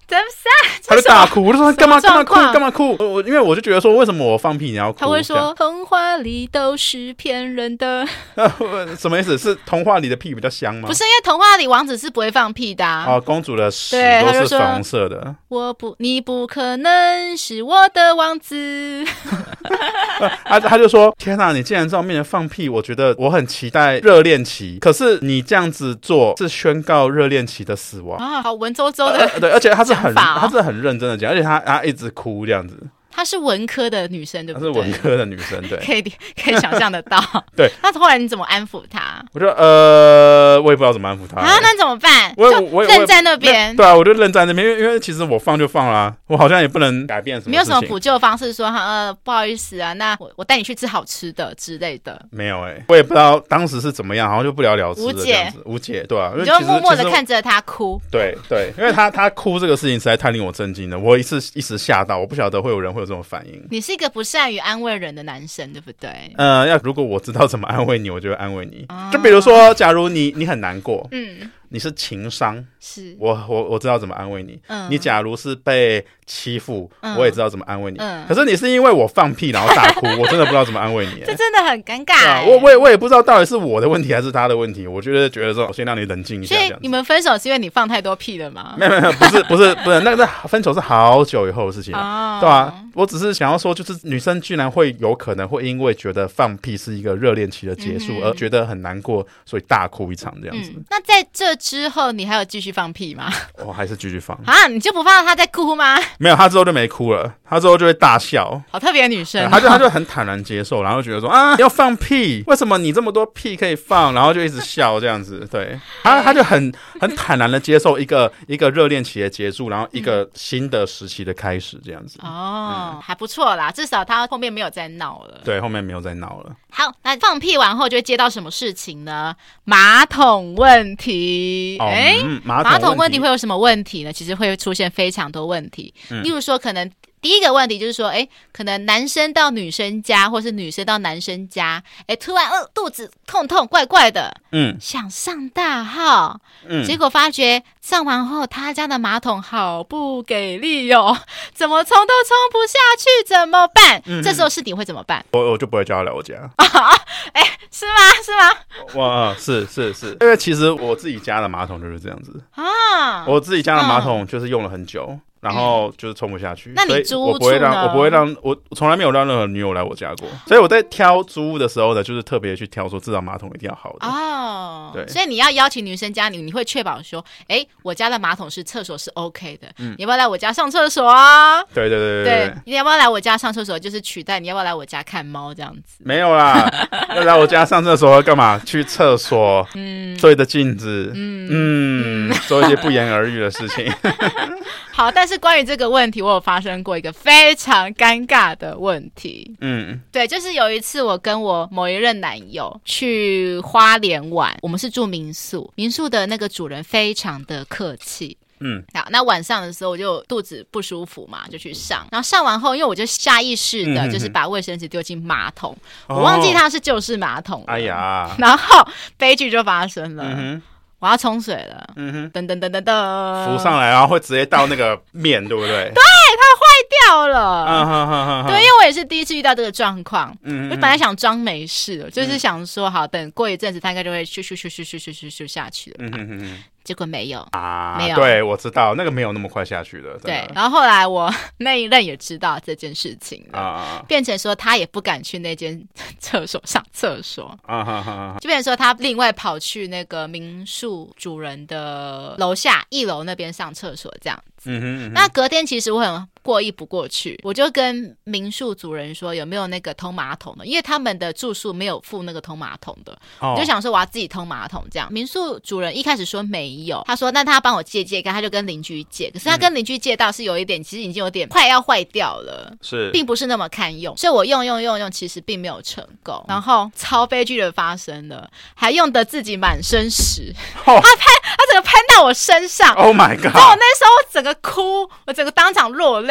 怎么是？ 他就大哭，我就说干嘛哭？因为我就觉得说，为什么我放屁你要哭？ 他会说童话里都是骗人的。 什么意思？是童话里的屁比较香吗？ 不是，因为童话里王子是不会放屁的啊。 哦，公主的屎都是粉红色的。 你不可能是我的王子。 他就说：天哪，你竟然在我面前放屁，我觉得我很期待热恋期，可是你这样子做是宣告热恋期的死亡啊，好文绉绉的。 对，而且他是很认真的讲，而且他一直哭这样子。 她是文科的女生，对不对？ 她是文科的女生，对， 可以想象得到。 对， 那后来你怎么安抚她？ 我就我也不知道怎么安抚她啊，那怎么办？我愣在那边。 对啊，我就愣在那边，因为其实我放就放啦，我好像也不能改变什么事情。 没有什么补救方式说不好意思啊，那我带你去吃好吃的之类的。 没有我也不知道当时是怎么样，好像就不了了之的这样子，无解，对啊， 你就默默的看着她哭。 对，因为她哭这个事情实在太令我震惊了，我一时吓到，我不晓得会有人会有这种反应。 你是一个不善于安慰人的男生，对不对？ 如果我知道怎么安慰你，我就会安慰你。就比如说，假如你很难过，你是情伤，是我知道怎么安慰你。你假如是被欺负，我也知道怎么安慰你。可是你是因为我放屁然后大哭，我真的不知道怎么安慰你。 这真的很尴尬。 我也不知道到底是我的问题还是他的问题。我觉得说，我先让你冷静一下。 所以你们分手是因为你放太多屁了吗？ 没有，不是，那个分手是好久以后的事情了，对吧？我只是想要说，就是女生居然会有可能会因为觉得放屁是一个热恋期的结束，而觉得很难过，所以大哭一场这样子。 那在这之后，你还有继续放屁吗？ 我还是继续放啊？你就不怕他在哭吗？ 没有，他之后就没哭了，他之后就会大笑。 好特别的女生， 他就很坦然接受，然后觉得说要放屁，为什么你这么多屁可以放？然后就一直笑这样子。对，他就很坦然的接受一个热恋期的结束，然后一个新的时期的开始这样子。 还不错啦，至少他后面没有再闹了。 对，后面没有再闹了。 好，那放屁完后就会接到什么事情呢？马桶问题。马桶问题会有什么问题呢？其实会出现非常多问题。例如说，可能第一个问题就是说，可能男生到女生家，或是女生到男生家，突然肚子痛怪怪的，想上大号，结果发觉上完后他家的马桶好不给力哦，怎么冲都冲不下去，怎么办？这时候是你会怎么办？ 我就不会叫他来我家。 是吗？ 是，因为其实我自己家的马桶就是这样子啊，我自己家的马桶就是用了很久。然后就是冲不下去， 那你租屋我不会让我从来没有让任何女友来我家过，所以我在挑租屋的时候呢，就是特别去挑说至少马桶一定要好的哦。对， 所以你要邀请女生家，你会确保说，我家的马桶是厕所是 OK 的，你要不要来我家上厕所啊？ 对， 你要不要来我家上厕所？就是取代你要不要来我家看猫这样子？ 没有啦，要来我家上厕所干嘛？去厕所，对着镜子，做一些不言而喻的事情。 好，但是关于这个问题，我有发生过一个非常尴尬的问题。对，就是有一次我跟我某一任男友去花莲玩，我们是住民宿，民宿的那个主人非常的客气。好，那晚上的时候我就肚子不舒服嘛，就去上，然后上完后，因为我就下意识的就是把卫生纸丢进马桶，我忘记它是旧式马桶了，哎呀，然后悲剧就发生了。我要冲水了，噔，浮上来，然后会直接到那个面，对不对？ 对，它坏掉了。对，因为我也是第一次遇到这个状况，我本来想装没事了，就是想说好，等过一阵子它应该就会咻下去了。结果没有啊，没有。 对，我知道那个没有那么快下去的。 对，然后后来我那一任也知道这件事情了，变成说他也不敢去那间厕所上厕所就变成说他另外跑去那个民宿主人的楼下1楼那边上厕所这样子。那隔天其实我很过意不过去，我就跟民宿主人说有没有那个通马桶的，因为他们的住宿没有附那个通马桶的，我就想说我要自己通马桶这样。民宿主人一开始说没有，他说那他帮我借，他就跟邻居借，可是他跟邻居借到是有一点，其实已经有点快要坏掉了，是并不是那么堪用，所以我用，其实并没有成功，然后超悲剧的发生了，还用得自己满身屎，他整个喷到我身上 ，Oh my god！ 然后我那时候整个哭，我整个当场落泪，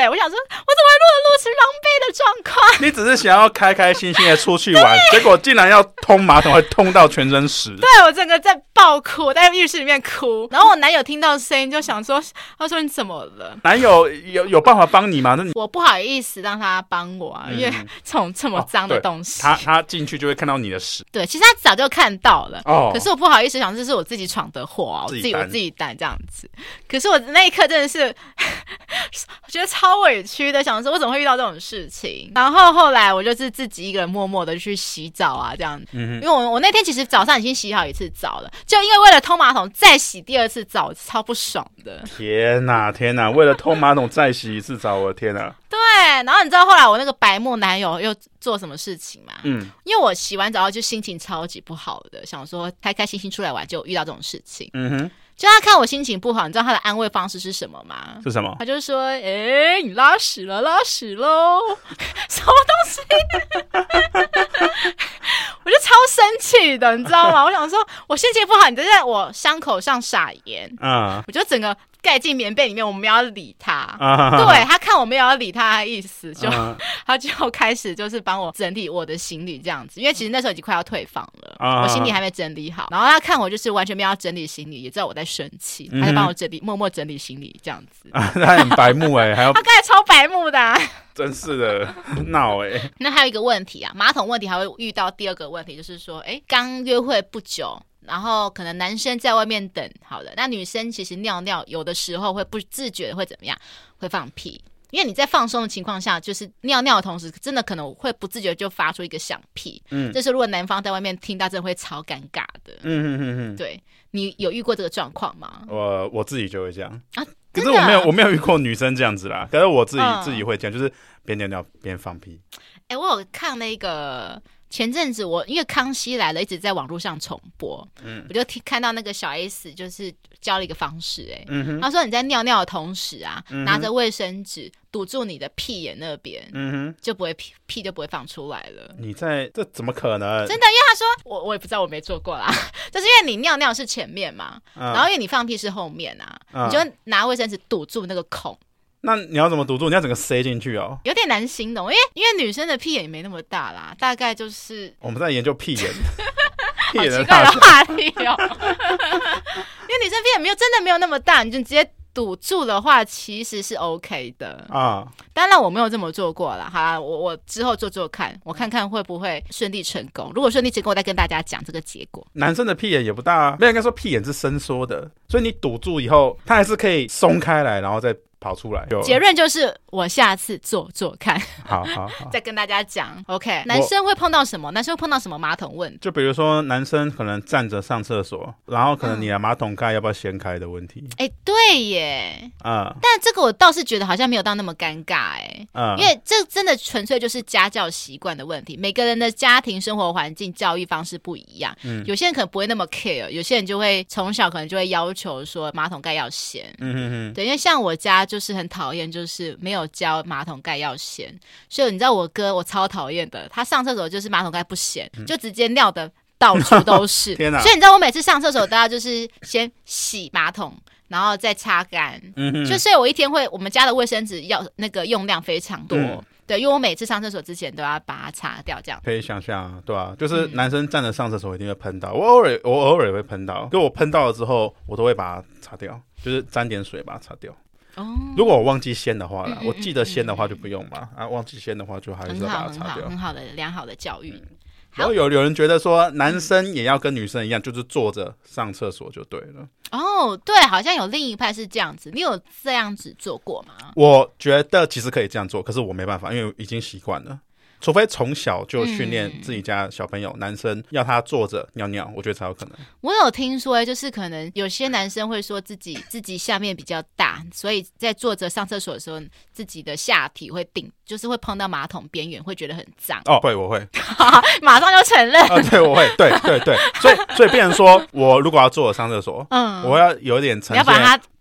我想说我怎么会落得如此狼狈的状况？ 你只是想要开开心心的出去玩，结果竟然要通马桶，还通到全身屎。 对，我整个在爆哭，我在浴室里面哭。然后我男友听到声音就想说，他说你怎么了？ 男友有办法帮你吗？ 我不好意思让他帮我啊，因为这么脏的东西， 他进去就会看到你的屎。 对，其实他早就看到了，可是我不好意思想，这是我自己闯的祸啊，我自己担这样子。可是我那一刻真的是，我觉得超委屈的，想说我怎么会遇到这种事情？然后后来我就是自己一个人默默的去洗澡啊，这样子。因为我那天其实早上已经洗好一次澡了，就因为为了通马桶再洗第二次澡，超不爽的。 天哪，为了通马桶再洗一次澡，我的天哪！ 对，然后你知道后来我那个白目男友又做什么事情吗？因为我洗完澡后就心情超级不好的，想说开开心心出来玩，就遇到这种事情。就他看我心情不好，你知道他的安慰方式是什么吗？ 是什么？ 他就说：“你拉屎了，拉屎喽！”什么东西？我就超生气的，你知道吗？我想说，我心情不好，你就在我伤口上撒盐，我就整个盖进棉被里面，我没有要理他。对，他看我没有要理他的意思，他就开始就是帮我整理我的行李这样子，因为其实那时候已经快要退房了，我行李还没整理好。然后他看我就是完全没有要整理行李，也知道我在生气，他就帮我默默整理行李这样子。 他很白目还要他刚才超白目的真是的闹那还有一个问题啊，马桶问题还会遇到第二个问题，就是说刚约会不久，然后可能男生在外面等好了，那女生其实尿尿有的时候会不自觉的会怎么样，会放屁。因为你在放松的情况下，就是尿尿的同时，真的可能会不自觉就发出一个响屁。这是如果男方在外面听到，真的会超尴尬的。对，你有遇过这个状况吗？ 我自己就会这样啊， 可是我没有遇过女生这样子啦。可是我自己会这样，就是边尿尿边放屁。我有看那个。 前阵子因为康熙来了一直在网络上重播，我就看到那个小 S 就是教了一个方式，他说你在尿尿的同时啊，拿着卫生纸堵住你的屁眼那边，就不会屁就不会放出来了。 这怎么可能？ 真的，因为他说我也不知道，我没做过啦，就是因为你尿尿是前面嘛，然后因为你放屁是后面啊，你就拿卫生纸堵住那个孔。 那你要怎么堵住？你要整个塞进去哦， 有点难形容，因为女生的屁眼也没那么大啦，大概就是我们在研究屁眼， 屁眼的大小，好奇怪的话题哦。因为女生屁眼真的没有那么大，你就直接堵住的话，其实是 OK 的啊。当然我没有这么做过啦，好啦，我之后做看，我看看会不会顺利成功。如果顺利成功，我再跟大家讲这个结果。 男生的屁眼也不大啊，没有，应该说屁眼是伸缩的，所以你堵住以后，它还是可以松开来，然后再跑出来。 结论就是我下次做看， 好再跟大家讲。OK， 男生会碰到什么？男生会碰到什么马桶问题？ 就比如说男生可能站着上厕所，然后可能你的马桶盖要不要掀开的问题。 对耶，但这个我倒是觉得好像没有到那么尴尬因为这真的纯粹就是家教习惯的问题。每个人的家庭生活环境、教育方式不一样，有些人可能不会那么 care， 有些人就会从小可能就会要求说马桶盖要掀。对，因为像我家就是很讨厌，就是没有教马桶盖要掀，所以你知道我哥我超讨厌的，他上厕所就是马桶盖不掀，就直接尿的到处都是。天哪！所以你知道我每次上厕所都要就是先洗马桶，然后再擦干。就所以我一天我们家的卫生纸要那个用量非常多。对，因为我每次上厕所之前都要把它擦掉，这样可以想象，对吧？就是男生站着上厕所一定会喷到，我偶尔也会喷到，就我喷到了之后，我都会把它擦掉，就是沾点水把它擦掉。如果我忘记掀的话啦，我记得掀的话就不用嘛，忘记掀的话就还是要把它擦掉。 很好的良好的教育。 然后有人觉得说男生也要跟女生一样，就是坐着上厕所就对了。 对，好像有另一派是这样子，你有这样子做过吗？ 我觉得其实可以这样做，可是我没办法，因为已经习惯了。除非从小就训练自己家小朋友，男生要他坐着尿尿，我觉得才有可能。 我有听说，就是可能有些男生会说自己下面比较大，所以在坐着上厕所的时候，自己的下体会就是会碰到马桶边缘，会觉得很脏。 会，我会， 马上就承认。 对，我会，对，所以变成说我如果要坐着上厕所，我要有点呈现。 你要把它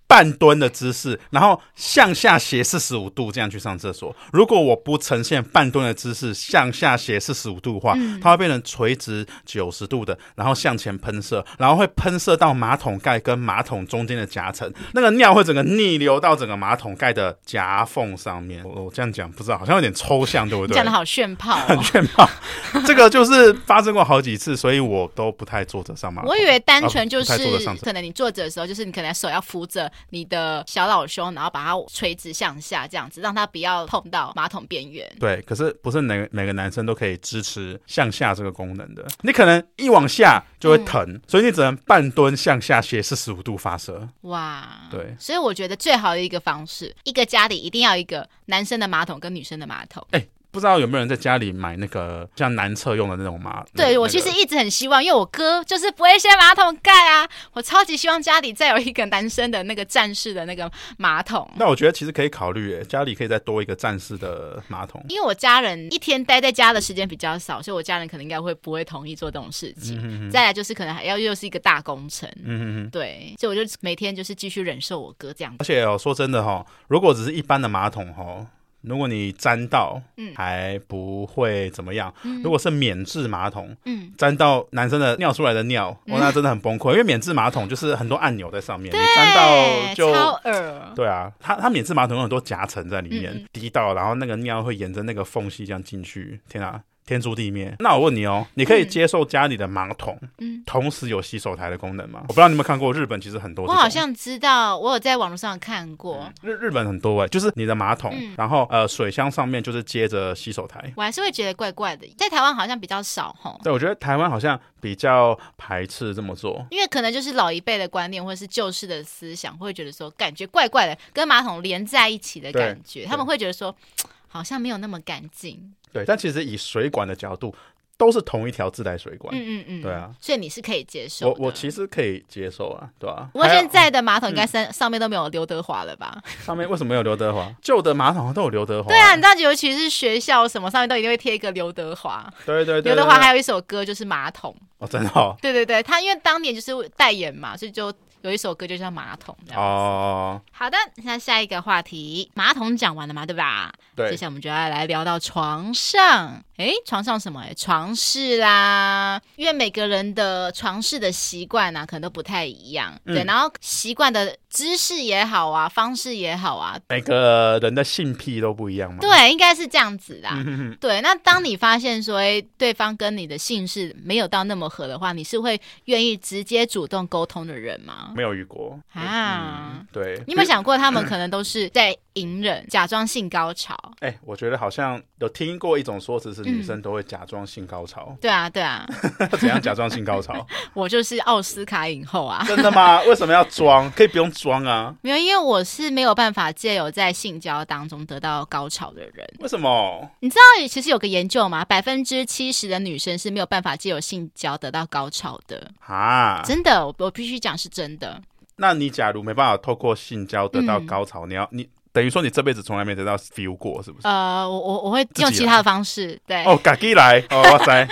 半蹲的姿势，然后向下斜45度这样去上厕所。如果我不呈现半蹲的姿势，向下斜45度的话，它会变成垂直90度的，然后向前喷射，然后会喷射到马桶盖跟马桶中间的夹层，那个尿会整个逆流到整个马桶盖的夹缝上面。我这样讲不知道，好像有点抽象，对不对？ 讲得好炫炮哦， 很炫炮。这个就是发生过好几次，所以我都不太坐着上马桶。 我以为单纯就是可能你坐着的时候，就是你可能手要扶着你的小老兄，然后把它垂直向下这样子，让它不要碰到马桶边缘。 对，可是不是每个男生都可以支持向下这个功能的，你可能一往下就会疼，所以你只能半蹲向下斜45度发射。 哇， 对， 所以我觉得最好的一个方式，一个家里一定要有一个男生的马桶跟女生的马桶。 不知道有没有人在家里买那个像男厕用的那种马？ 对，我其实一直很希望，因为我哥就是不会掀马桶盖啊，我超级希望家里再有一个男生的那个站式的那个马桶。 那我觉得其实可以考虑，家里可以再多一个站式的马桶。 因为我家人一天待在家的时间比较少，所以我家人可能应该不会同意做这种事情。再来就是可能还要又是一个大工程。对，所以我就每天就是继续忍受我哥这样子。 而且说真的如果只是一般的马桶如果你沾到，还不会怎么样。如果是免治马桶，沾到男生的尿出来的尿，那真的很崩溃。因为免治马桶就是很多按钮在上面，你沾到就超恶。 对啊，它免治马桶有很多夹层在里面，滴到，然后那个尿会沿着那个缝隙这样进去。天啊！天诛地灭。那我问你你可以接受家里的马桶同时有洗手台的功能吗？我不知道你有没有看过，日本其实很多这种。 我好像知道，我有在网络上看过。 日本很多就是你的马桶，然后水箱上面就是接着洗手台。 我还是会觉得怪怪的，在台湾好像比较少对，我觉得台湾好像比较排斥这么做， 因为可能就是老一辈的观念或是旧式的思想，会觉得说感觉怪怪的，跟马桶连在一起的感觉，他们会觉得说好像没有那么干净。 对，但其实以水管的角度，都是同一条自来水管。对啊， 所以你是可以接受的。 我其实可以接受啊，对吧？ 我现在的马桶应该上面都没有刘德华了吧？ 上面为什么没有刘德华？旧的马桶都有刘德华。 对啊，你知道，尤其是学校什么上面都一定会贴一个刘德华。 对， 刘德华还有一首歌就是马桶。 真的对，他因为当年就是代言嘛，所以就有一首歌就叫马桶这样子。好的，那下一个话题，马桶讲完了嘛，对吧？ 对， 接下来我们就要来聊到床上。床上什么？床事啦，因为每个人的床事的习惯可能都不太一样。对，然后习惯的姿势也好啊，方式也好啊， 每个人的性癖都不一样嘛。 对，应该是这样子啦。对，那当你发现说对方跟你的性事没有到那么合的话，你是会愿意直接主动沟通的人吗？ 没有遇过啊。对， 你有没有想过他们可能都是在隐忍，假装性高潮？ 我觉得好像有听过一种说辞是女生都会假装性高潮。 对啊怎样假装性高潮？ 我就是奥斯卡影后啊。 真的吗？为什么要装？可以不用装啊。 没有，因为我是没有办法借由在性交当中得到高潮的人。 为什么？ 你知道其实有个研究吗？70%的女生是没有办法借由性交得到高潮的啊！真的，我必须讲是真的。 那你假如没办法透过性交得到高潮，你等于说你这辈子从来没得到 feel 过，是不是？ 我会用其他的方式。对， 自己来哇塞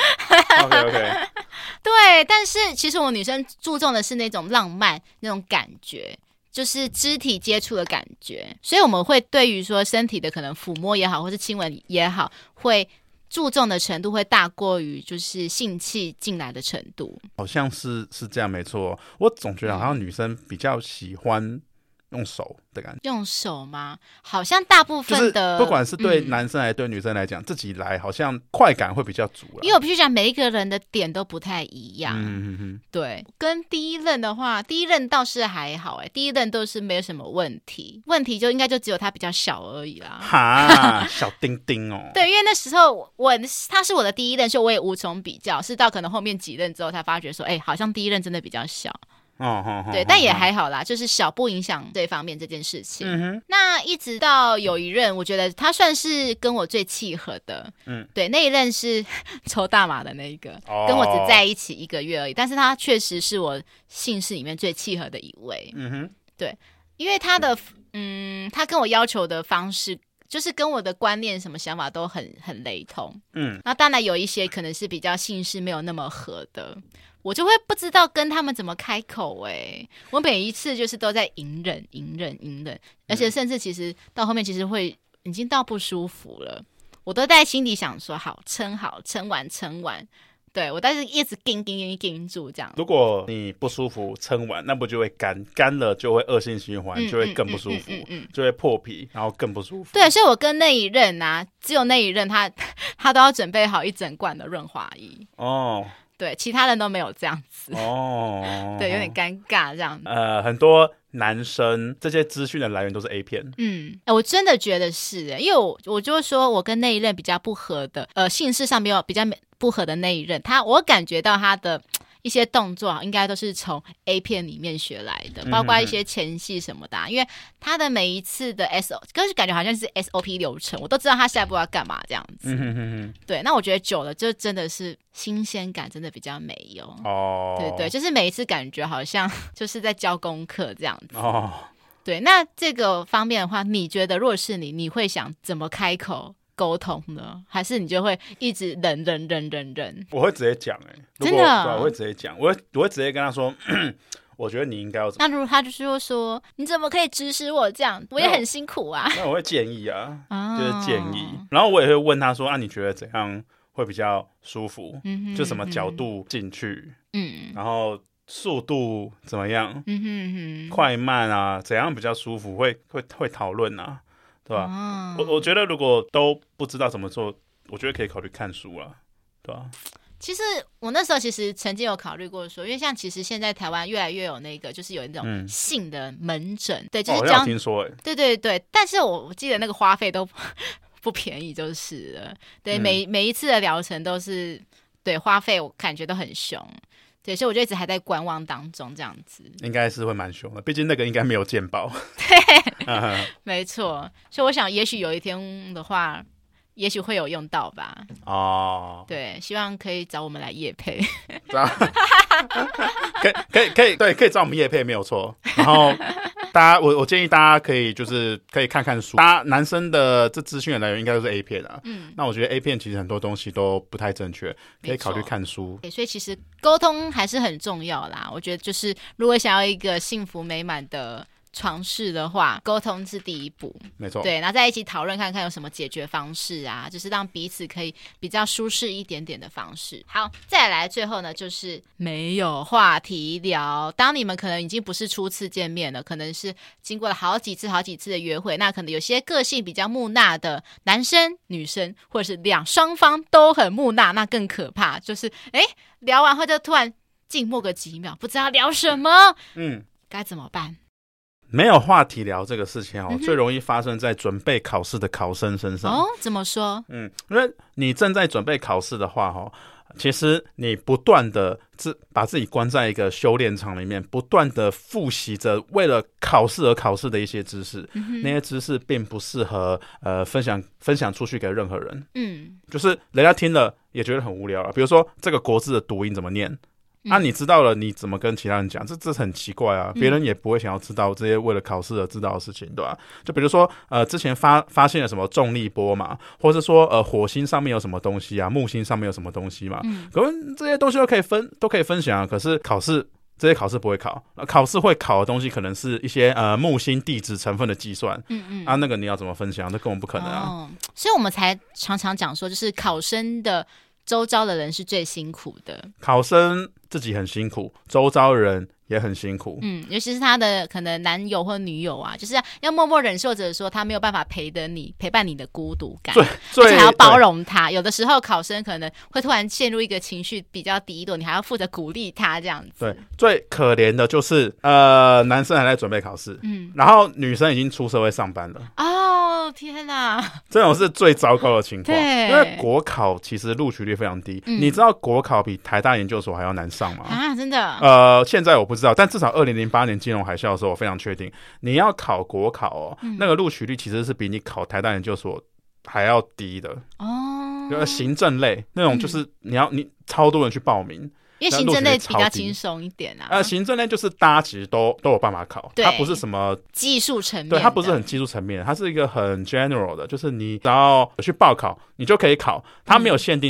OK 对，但是其实我女生注重的是那种浪漫那种感觉，就是肢体接触的感觉，所以我们会对于说身体的可能抚摸也好，或是亲吻也好，会注重的程度会大过于就是性器进来的程度。 好像是这样没错。我总觉得好像女生比较喜欢用手的感觉。 用手吗？好像大部分的、 就是、不管是对男生还是对女生来讲、自己来好像快感会比较足啦。 因为我必须讲每一个人的点都不太一样。对，跟第一任的话，第一任倒是还好第一任都是没有什么问题，问题就应该就只有他比较小而已啦。 哈，小丁丁哦。 对，因为那时候他是我的第一任，所以我也无从比较，是到可能后面几任之后才发觉说好像第一任真的比较小。对，但也还好啦，就是小不影响这方面这件事情。那一直到有一任，我觉得他算是跟我最契合的。对，那一任是抽大麻的那一个，跟我只在一起1个月而已，但是他确实是我性事里面最契合的一位。对，因为他的他跟我要求的方式，就是跟我的观念什么想法都很雷同。那当然有一些可能是比较性事没有那么合的。 我就会不知道跟他们怎么开口我每一次就是都在隐忍，而且甚至其实到后面其实会已经到不舒服了，我都在心里想说好，撑完。对，我但是一直盯住这样。 如果你不舒服撑完，那不就会干了就会恶性循环，就会更不舒服，就会破皮，然后更不舒服。 对，所以我跟那一任只有那一任他都要准备好一整罐的润滑液对，其他人都没有这样子对，有点尴尬这样子。 很多男生这些资讯的来源都是 A 片。 我真的觉得是因为我就说我跟那一任比较不合的，姓氏上面比较不合的那一任，我感觉到他的一些动作应该都是从 A 片里面学来的，包括一些前戏什么的因为他的每一次的 感觉好像是 SOP 流程，我都知道他下一步要干嘛这样子对，那我觉得久了就真的是新鲜感真的比较没有对，就是每一次感觉好像就是在教功课这样子对，那这个方面的话，你觉得如果是你会想怎么开口沟通呢？还是你就会一直忍？ 我会直接讲真的我会直接讲，我会直接跟他说我觉得你应该要怎么。 那如果他就是说你怎么可以指使我这样，我也很辛苦那我会建议就是建议，然后我也会问他说你觉得怎样会比较舒服就什么角度进去然后速度怎么样快慢怎样比较舒服，会讨论对吧我觉得如果都不知道怎么做，我觉得可以考虑看书对吧其实我那时候其实曾经有考虑过说，因为像其实现在台湾越来越有那个就是有那种性的门诊对，就是我听说对，但是我记得那个花费都不便宜就是了对每一次的疗程都是对花费我感觉都很凶对，所以我就一直还在观望当中这样子。 应该是会蛮凶的，毕竟那个应该没有健保对没错，所以我想也许有一天的话也许会有用到吧对，希望可以找我们来业配可以找我们业配没有错，然后大家我建议大家可以看看书，大家男生的这资讯的来源应该都是 A 片那我觉得 A 片其实很多东西都不太正确，可以考虑看书所以其实沟通还是很重要啦，我觉得就是如果想要一个幸福美满的床事的话，沟通是第一步， 没错。 对，然后再一起讨论看看有什么解决方式就是让彼此可以比较舒适一点点的方式。好，再来最后呢，就是没有话题聊。当你们可能已经不是初次见面了，可能是经过了好几次的约会，那可能有些个性比较木讷的男生、女生，或者是双方都很木讷，那更可怕。就是聊完后就突然静默个几秒，不知道聊什么，该怎么办？ 没有话题聊这个事情最容易发生在准备考试的考生身上怎么说？ 因为你正在准备考试的话其实你不断的把自己关在一个修炼场里面，不断的复习着为了考试而考试的一些知识那些知识并不适合分享出去给任何人就是人家听了也觉得很无聊比如说这个国字的读音怎么念你知道了你怎么跟其他人讲，这很奇怪别人也不会想要知道这些为了考试而知道的事情，对吧？就比如说之前发现了什么重力波嘛，或者说火星上面有什么东西木星上面有什么东西嘛可能这些东西都可以分享可是这些考试不会考，考试会考的东西可能是一些木星地质成分的计算那个你要怎么分享，那根本不可能所以我们才常常讲说，就是考生的周遭的人是最辛苦的， 考生自己很辛苦，周遭人也很辛苦尤其是他的可能男友或女友就是要默默忍受着说他没有办法陪伴你的孤独感，而且还要包容他。有的时候考生可能会突然陷入一个情绪比较低落，你还要负责鼓励他这样子。 对，最可怜的就是男生还在准备考试然后女生已经出社会上班了天哪， 这种是最糟糕的情况。 对， 因为国考其实录取率非常低你知道国考比台大研究所还要难上吗真的现在我不知道，但至少2008年金融海啸的时候我非常确定你要考国考那个录取率其实是比你考台大研究所还要低的行政类那种就是你超多人去报名， 因为行政类比较轻松一点行政类就是大家其实都有办法考，它不是什么技术层面， 对，它不是很技术层面，它是一个很 general 的，就是你只要去报考你就可以考，它没有限定你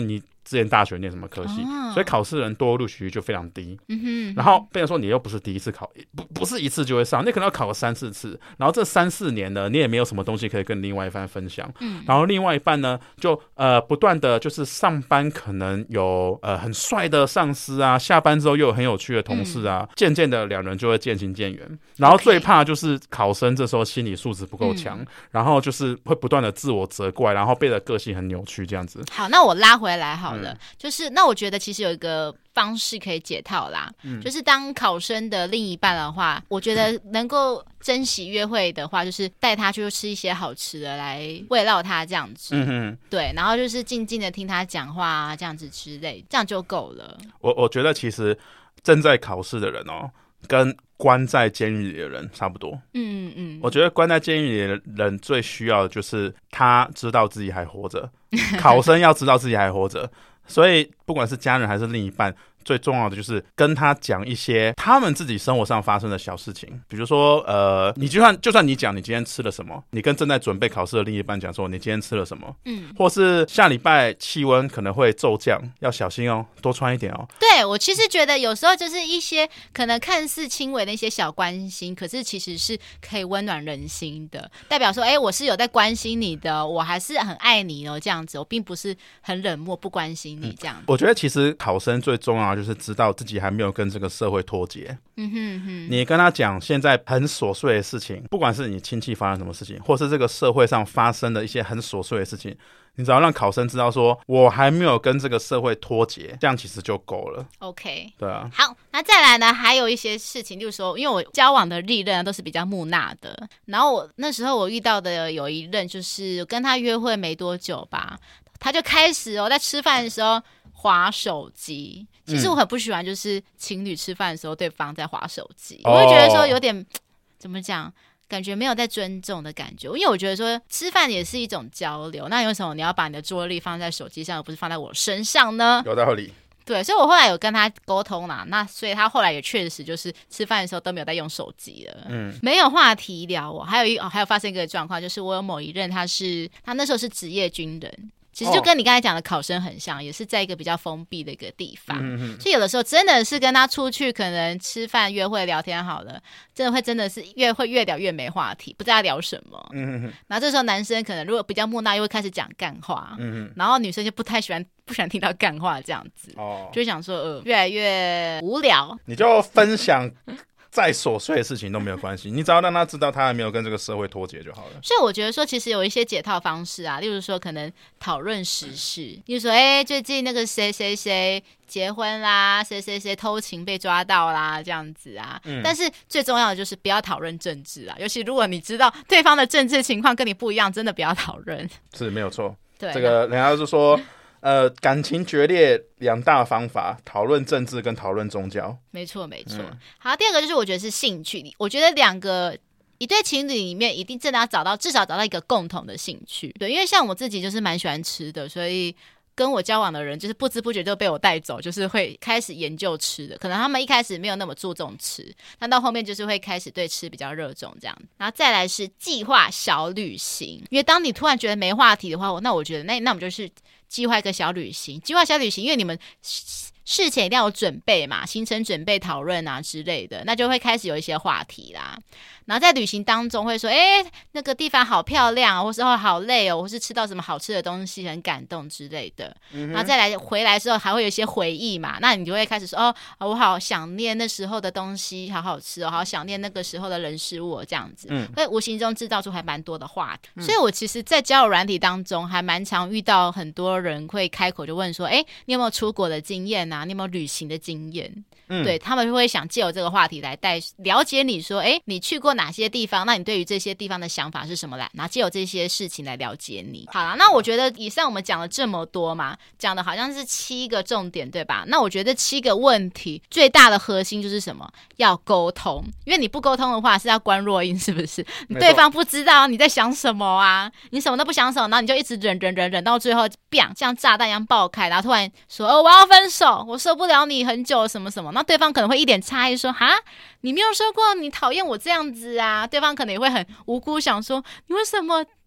之前大学念什么科系，所以考试人多，录取率就非常低。然后变成说你又不是第一次考，不是一次就会上，你可能要考个3-4次，然后这3-4年呢，你也没有什么东西可以跟另外一半分享。然后另外一半呢，就不断的就是上班可能有很帅的上司啊，下班之后又有很有趣的同事啊，渐渐的两人就会渐行渐远。然后最怕就是考生这时候心理素质不够强，然后就是会不断的自我责怪，然后变得个性很扭曲这样子。 好，那我拉回来好了，就是那我觉得其实有一个方式可以解套啦，就是当考生的另一半的话，我觉得能够珍惜约会的话，就是带他去吃一些好吃的来慰劳他这样子。对，然后就是静静的听他讲话啊，这样子之类，这样就够了。 我觉得其实正在考试的人哦，跟关在监狱里的人差不多。我觉得关在监狱里的人最需要的就是他知道自己还活着，考生要知道自己还活着，所以不管是家人还是另一半，最重要的就是跟他讲一些他们自己生活上发生的小事情，比如说你就算你讲你今天吃了什么，你跟正在准备考试的另一半讲说你今天吃了什么，或是下礼拜气温可能会骤降，要小心哦，多穿一点哦。 对，我其实觉得有时候就是一些可能看似轻微的一些小关心，可是其实是可以温暖人心的，代表说我是有在关心你的，我还是很爱你哦，这样子，我并不是很冷漠不关心你这样子。 我觉得其实考生最重要的就是知道自己还没有跟这个社会脱节。你跟他讲现在很琐碎的事情，不管是你亲戚发生什么事情，或是这个社会上发生的一些很琐碎的事情，你只要让考生知道说我还没有跟这个社会脱节，这样其实就够了。 OK， 对啊。 好，那再来呢，还有一些事情，就是说因为我交往的历任都是比较木讷的，然后我那时候我遇到的有一任就是跟他约会没多久吧，他就开始在吃饭的时候滑手机。其实我很不喜欢就是情侣吃饭的时候对方在滑手机，我会觉得说有点怎么讲，感觉没有在尊重的感觉。因为我觉得说吃饭也是一种交流，那为什么你要把你的注意力放在手机上而不是放在我身上呢？ 有道理。 对，所以我后来有跟他沟通啦，那所以他后来也确实就是吃饭的时候都没有在用手机了，没有话题聊。还有发生一个状况，就是我有某一任他那时候是职业军人，其实就跟你刚才讲的考生很像，也是在一个比较封闭的一个地方，所以有的时候真的是跟他出去可能吃饭约会聊天好了，真的是越聊越没话题，不知道聊什么。然后这时候男生可能如果比较木讷又会开始讲干话，然后女生就不喜欢听到干话这样子，就会想说越来越无聊。 你就分享再琐碎的事情都没有关系，你只要让他知道他还没有跟这个社会脱节就好了。 所以我觉得说其实有一些解套方式啊，例如说可能讨论时事，例如说最近那个谁谁谁结婚啦，谁谁谁偷情被抓到啦，这样子啊。但是最重要的就是不要讨论政治啊，尤其如果你知道对方的政治情况跟你不一样，真的不要讨论。是没有错。 对， 这个人家就说感情决裂2大方法，讨论政治跟讨论宗教。 没错。好，第二个就是我觉得是兴趣。我觉得一对情侣里面一定真的要至少找到一个共同的兴趣。对，因为像我自己就是蛮喜欢吃的，所以跟我交往的人就是不知不觉就被我带走，就是会开始研究吃的。可能他们一开始没有那么注重吃，但到后面就是会开始对吃比较热衷这样。然后再来是计划小旅行，因为当你突然觉得没话题的话，那我觉得那我们就是计划一个小旅行。计划小旅行，因为你们事前一定要有准备嘛，行程准备讨论啊之类的，那就会开始有一些话题啦。然后在旅行当中会说那个地方好漂亮，或是好累哦，或是吃到什么好吃的东西很感动之类的。然后再来回来之后还会有一些回忆嘛，那你就会开始说我好想念那时候的东西，好好吃哦，好想念那个时候的人事物这样子，会无形中制造出还蛮多的话题。所以我其实在交友软体当中还蛮常遇到很多人会开口就问说你有没有出国的经验啊，你有没有旅行的经验？对，他们会想借由这个话题来了解你说你去过哪些地方，那你对于这些地方的想法是什么来，然后借由这些事情来了解你。好啦，那我觉得以上我们讲了这么多嘛，讲的好像是7个重点对吧？那我觉得7个问题最大的核心就是什么？要沟通。因为你不沟通的话是要关弱音，是不是？你对方不知道你在想什么啊，你什么都不想什么，然后你就一直忍到最后像炸弹一样爆开，然后突然说我要分手，我受不了你很久什么什么，那对方可能会一脸诧异说你没有说过你讨厌我这样子啊，对方可能也会很无辜想说你为什么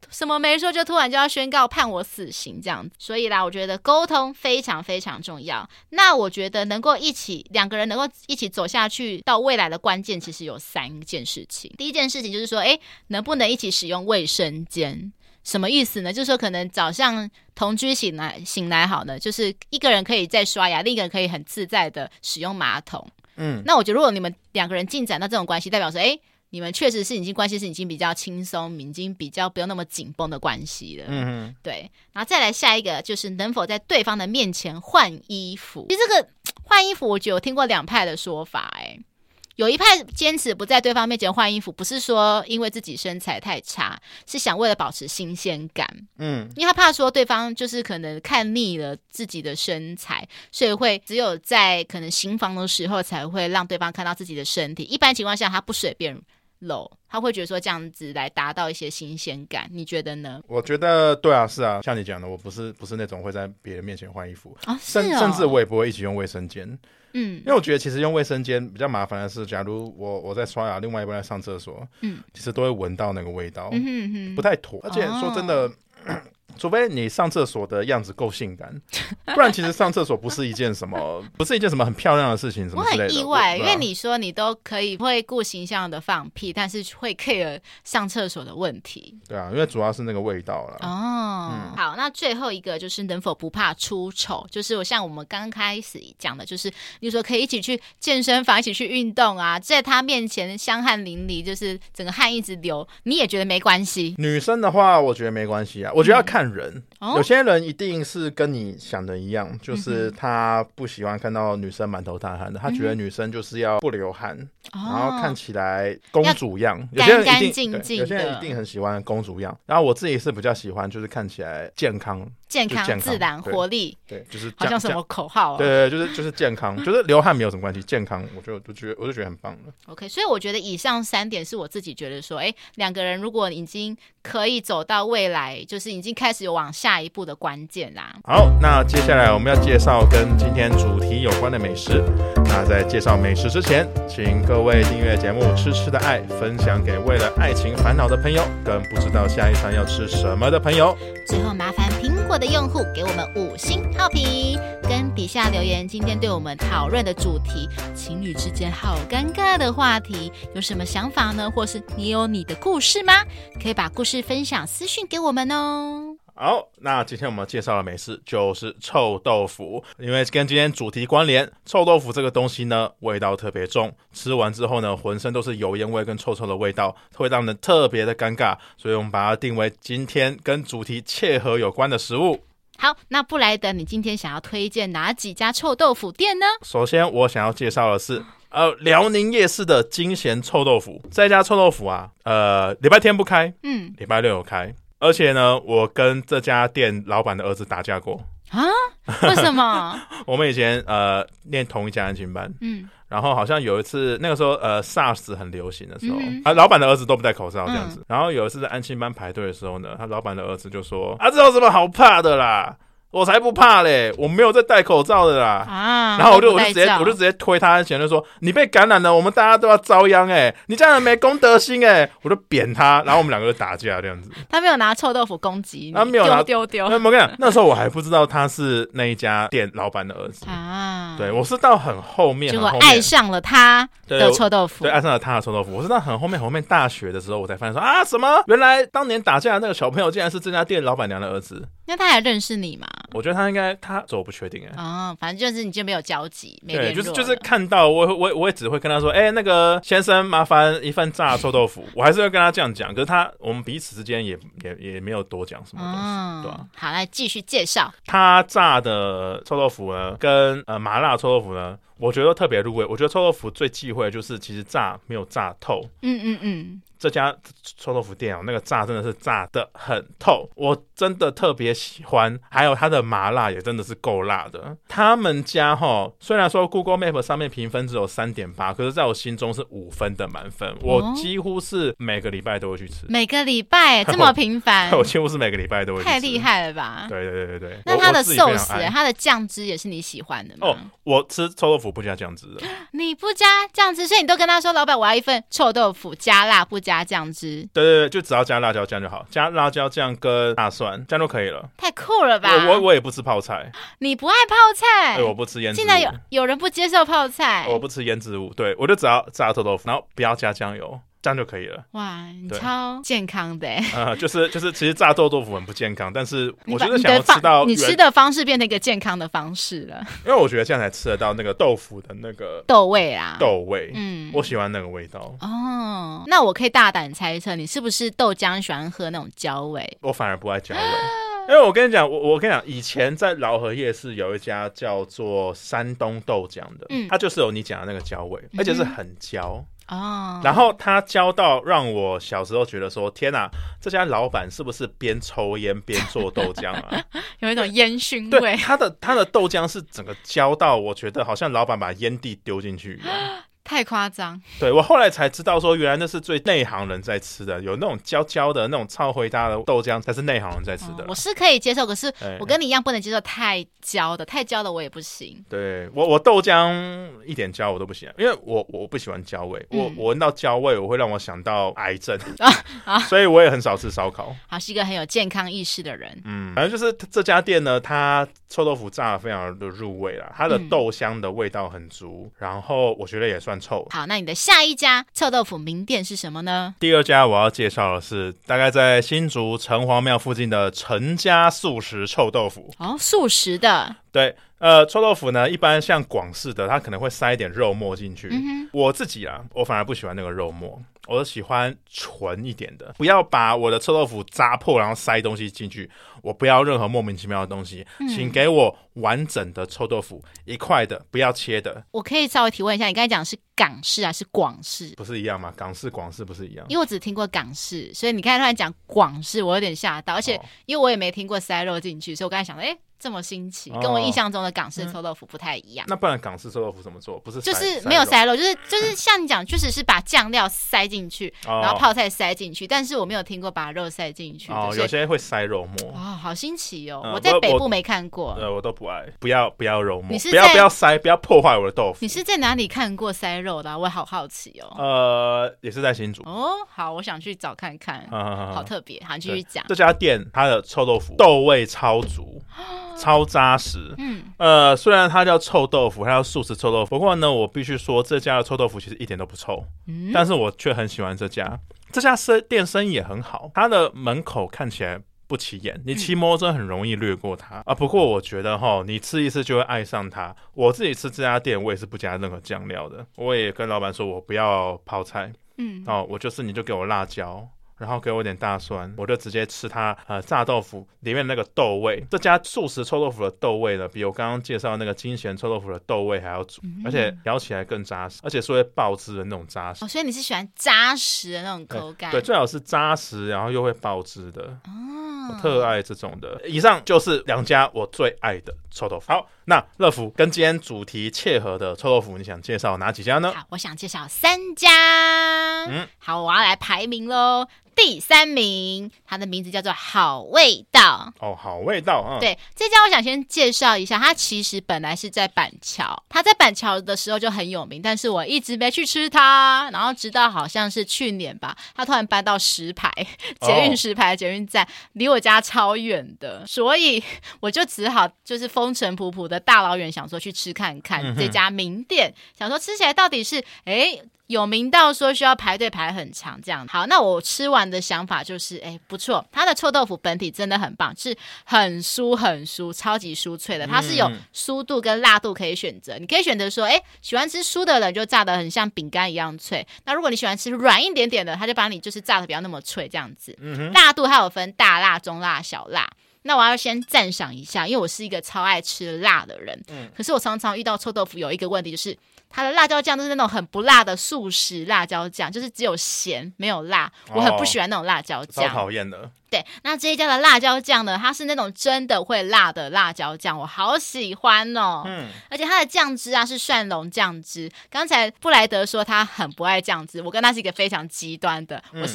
什么没说就突然就要宣告判我死刑这样子。所以啦，我觉得沟通非常非常重要。那我觉得两个人能够一起走下去到未来的关键其实有3件事情。第一件事情就是说，能不能一起使用卫生间？什么意思呢？就是说可能早上同居醒来好呢，就是一个人可以在刷牙，另一个人可以很自在的使用马桶。那我觉得如果你们2个人进展到这种关系，代表说你们确实是关系是已经比较轻松，已经比较不用那么紧绷的关系了。对。然后再来下一个就是能否在对方的面前换衣服。其实这个换衣服我觉得我听过2派的说法。有一派坚持不在对方面前换衣服，不是说因为自己身材太差，是想为了保持新鲜感。因为他怕说对方就是可能看腻了自己的身材，所以会只有在可能行房的时候才会让对方看到自己的身体。一般情况下他不随便露，他会觉得说这样子来达到一些新鲜感。你觉得呢？ 我觉得对啊，是啊，像你讲的，我不是那种会在别人面前换衣服甚至我也不会一起用卫生间。因为我觉得其实用卫生间比较麻烦的是，假如我在刷牙，另外一半在上厕所，其实都会闻到那个味道，不太妥。而且说真的，除非你上厕所的样子够性感，不然其实上厕所不是一件什么很漂亮的事情，什么之类的。 我很意外，因为你说你都可以会顾形象的放屁，但是会 care 上厕所的问题。 对啊，因为主要是那个味道啦。 好，那最后一个就是能否不怕出丑，就是像我们刚开始讲的，就是比如说可以一起去健身房，一起去运动啊，在他面前香汗淋漓，就是整个汗一直流，你也觉得没关系。 女生的话我觉得没关系啊，我觉得要看人。有些人一定是跟你想的一样，就是他不喜欢看到女生满头大汗的，他觉得女生就是要不流汗，然后看起来公主样。有些人干干净净的， 有些人一定很喜欢公主样。然后我自己是比较喜欢就是看起来健康自然活力。 对，就是好像什么口号。 对，就是健康，就是流汗没有什么关系，健康我就觉得很棒了。 OK， 所以我觉得以上3点是我自己觉得说2个人如果已经可以走到未来，就是已经开始往下一步的关键啦。 好，那接下来我们要介绍跟今天主题有关的美食。那在介绍美食之前，请各位订阅节目《吃吃的爱》，分享给为了爱情烦恼的朋友，跟不知道下一餐要吃什么的朋友。 最后麻烦苹果的用户给我们5星好评，跟底下留言今天对我们讨论的主题情侣之间好尴尬的话题有什么想法呢？或是你有你的故事吗？可以把故事分享私讯给我们哦。 好，那今天我们介绍的美食就是臭豆腐。因为跟今天主题关联，臭豆腐这个东西呢，味道特别重，吃完之后呢，浑身都是油烟味跟臭臭的味道，会让人特别的尴尬，所以我们把它定为今天跟主题切合有关的食物。 好，那布莱德，你今天想要推荐哪几家臭豆腐店呢？ 首先我想要介绍的是辽宁夜市的金贤臭豆腐。这家臭豆腐啊，礼拜天不开，礼拜六有开。而且呢，我跟这家店老板的儿子打架过啊？为什么？ 我们以前念同一家安亲班，然后好像有一次那个时候SARS 很流行的时候，老板的儿子都不戴口罩这样子。然后有一次在安亲班排队的时候呢，他老板的儿子就说：“啊，这有什么好怕的啦？我才不怕嘞，我没有在戴口罩的啦。”然后我就直接推他前，就说：“你被感染了，我们大家都要遭殃你这样人没公德心我就扁他，然后我们2个就打架这样子。 他没有拿臭豆腐攻击你， 他没有拿丢。 我跟你讲，那时候我还不知道他是那一家店老板的儿子对，我是到很后面， 结果爱上了他的臭豆腐。 对，爱上了他的臭豆腐。我是到很后面大学的时候，我才发现说什么？原来当年打架的那个小朋友竟然是这家店老板娘的儿子。 那他还认识你吗？ 我觉得这我不确定反正就是你就没有交集，没联络。 对，就是看到我也只会跟他说，那个先生麻烦一份炸臭豆腐，我还是会跟他这样讲。可是我们彼此之间也没有多讲什么东西，对吧？ 好，来继续介绍他炸的臭豆腐呢，跟麻辣臭豆腐呢，我觉得特别入味。我觉得臭豆腐最忌讳的就是其实炸没有炸透。这家臭豆腐店那个炸真的是炸得很透，我真的特别喜欢。还有它的麻辣也真的是够辣的。他们家虽然说 Google Map 上面评分只有 3.8， 可是在我心中是5分的满分。我几乎是每个礼拜都会去吃。 每个礼拜这么频繁？ 我几乎是每个礼拜都会去吃。 太厉害了吧？ 对。 那它的寿司它的酱汁也是你喜欢的吗？ 我吃臭豆腐腐不加酱汁的。 你不加酱汁，所以你都跟他说，老板我要一份臭豆腐加辣不加酱汁。 对对对，就只要加辣椒酱就好，加辣椒酱跟大蒜，这样就可以了。 太酷了吧！ 我也不吃泡菜。 你不爱泡菜？ 对，我不吃腌制物。 竟然有人不接受泡菜？ 我不吃腌制物，对，我就只要炸臭豆腐，然后不要加酱油。这样就可以了。 哇，你超健康的就是其实炸豆腐很不健康，但是我觉得想要吃到你吃的方式变成一个健康的方式了。 因为我觉得这样才吃得到那个豆腐的那个豆味啊， 豆味，我喜欢那个味道。 哦，那我可以大胆猜测，你是不是豆浆喜欢喝那种焦味？ 我反而不爱焦味。因为我跟你讲，以前在饶河夜市有一家叫做山东豆浆的，它就是有你讲的那个焦味，而且是很焦。哦，然后他教到让我小时候觉得说，天哪，这家老板是不是边抽烟边做豆浆啊？ 有一种烟熏味。 对，他的豆浆是整个焦到，我觉得好像老板把烟蒂丢进去一样。 太夸张。 对，我后来才知道说，原来那是最内行人在吃的，有那种焦焦的那种超回搭的豆浆才是内行人在吃的。 我是可以接受，可是我跟你一样不能接受太焦的我也不行。 对，我豆浆一点焦我都不行，因为我不喜欢焦味，我闻到焦味我会让我想到癌症所以我也很少吃烧烤。 好，是一个很有健康意识的人。 反正就是这家店呢，它臭豆腐炸得非常的入味啦，它的豆香的味道很足，然后我觉得也算臭。 好，那你的下一家臭豆腐名店是什么呢？ 第二家我要介绍的是大概在新竹城隍庙附近的陈家素食臭豆腐。 哦，素食的。 对，臭豆腐呢，一般像广式的，它可能会塞一点肉末进去。我自己啊，我反而不喜欢那个肉末，我喜欢纯一点的，不要把我的臭豆腐扎破，然后塞东西进去。我不要任何莫名其妙的东西，请给我完整的臭豆腐，一块的，不要切的。 我可以稍微提问一下，你刚才讲的是港式还是广式？ 不是一样吗？港式、广式不是一样？ 因为我只听过港式，所以你刚才突然讲广式，我有点吓到，而且因为我也没听过塞肉进去，所以我刚才想说，这么新奇，跟我印象中的港式臭豆腐不太一样。 那不然港式臭豆腐怎么做？不是就是没有塞肉，就是像你讲，确实是把酱料塞进去，然后泡菜塞进去，但是我没有听过把肉塞进去的。 有些会塞肉末。 好新奇哦！我在北部没看过。 我都不爱，不要肉末，不要塞，不要破坏我的豆腐。 你是在哪里看过塞肉的？我也好好奇哦。 也是在新竹。 好，我想去找看看。好特别。好，你继续讲。 这家店它的臭豆腐豆味超足。超扎实，虽然它叫臭豆腐，它叫素食臭豆腐，不过呢，我必须说这家的臭豆腐其实一点都不臭，但是我却很喜欢这家店生意也很好，它的门口看起来不起眼，你骑摩托车很容易略过它不过我觉得你吃一次就会爱上它。我自己吃这家店，我也是不加任何酱料的，我也跟老板说我不要泡菜，我你就给我辣椒。然后给我点大蒜，我就直接吃它炸豆腐里面那个豆味。这家素食臭豆腐的豆味呢，比我刚刚介绍的那个金咸臭豆腐的豆味还要足，而且咬起来更扎实，而且是会爆汁的那种扎实。 所以你是喜欢扎实的那种口感？ 对，最好是扎实，然后又会爆汁的。我特爱这种的。以上就是2家我最爱的臭豆腐。好，那乐福跟今天主题切合的臭豆腐，你想介绍哪几家呢？ 好，我想介绍3家。好，我要来排名咯。第3名，它的名字叫做好味道。 好味道。 对，这家我想先介绍一下，它其实本来是在板桥，它在板桥的时候就很有名，但是我一直没去吃它，然后直到好像是去年吧，它突然搬到石牌捷运石牌捷运站，离我家超远的，所以我就只好就是风尘仆仆的大老远想说去吃看看这家名店，想说吃起来到底是有名到说需要排队排很长这样。好，那我吃完的想法就是不错，它的臭豆腐本体真的很棒，是很酥超级酥脆的，它是有酥度跟辣度可以选择，你可以选择说喜欢吃酥的人就炸得很像饼干一样脆，那如果你喜欢吃软一点点的，它就把你就是炸得不要那么脆这样子。辣度它有分大辣、中辣、小辣。那我要先赞赏一下，因为我是一个超爱吃辣的人，可是我常常遇到臭豆腐有一个问题，就是它的辣椒酱都是那种很不辣的素食辣椒酱，就是只有咸没有辣，我很不喜欢那种辣椒酱， 超讨厌的。 对，那这一家的辣椒酱呢，它是那种真的会辣的辣椒酱，我好喜欢哦。而且它的酱汁啊是蒜蓉酱汁。刚才布莱德说他很不爱酱汁，我跟他是一个非常极端的，我是一个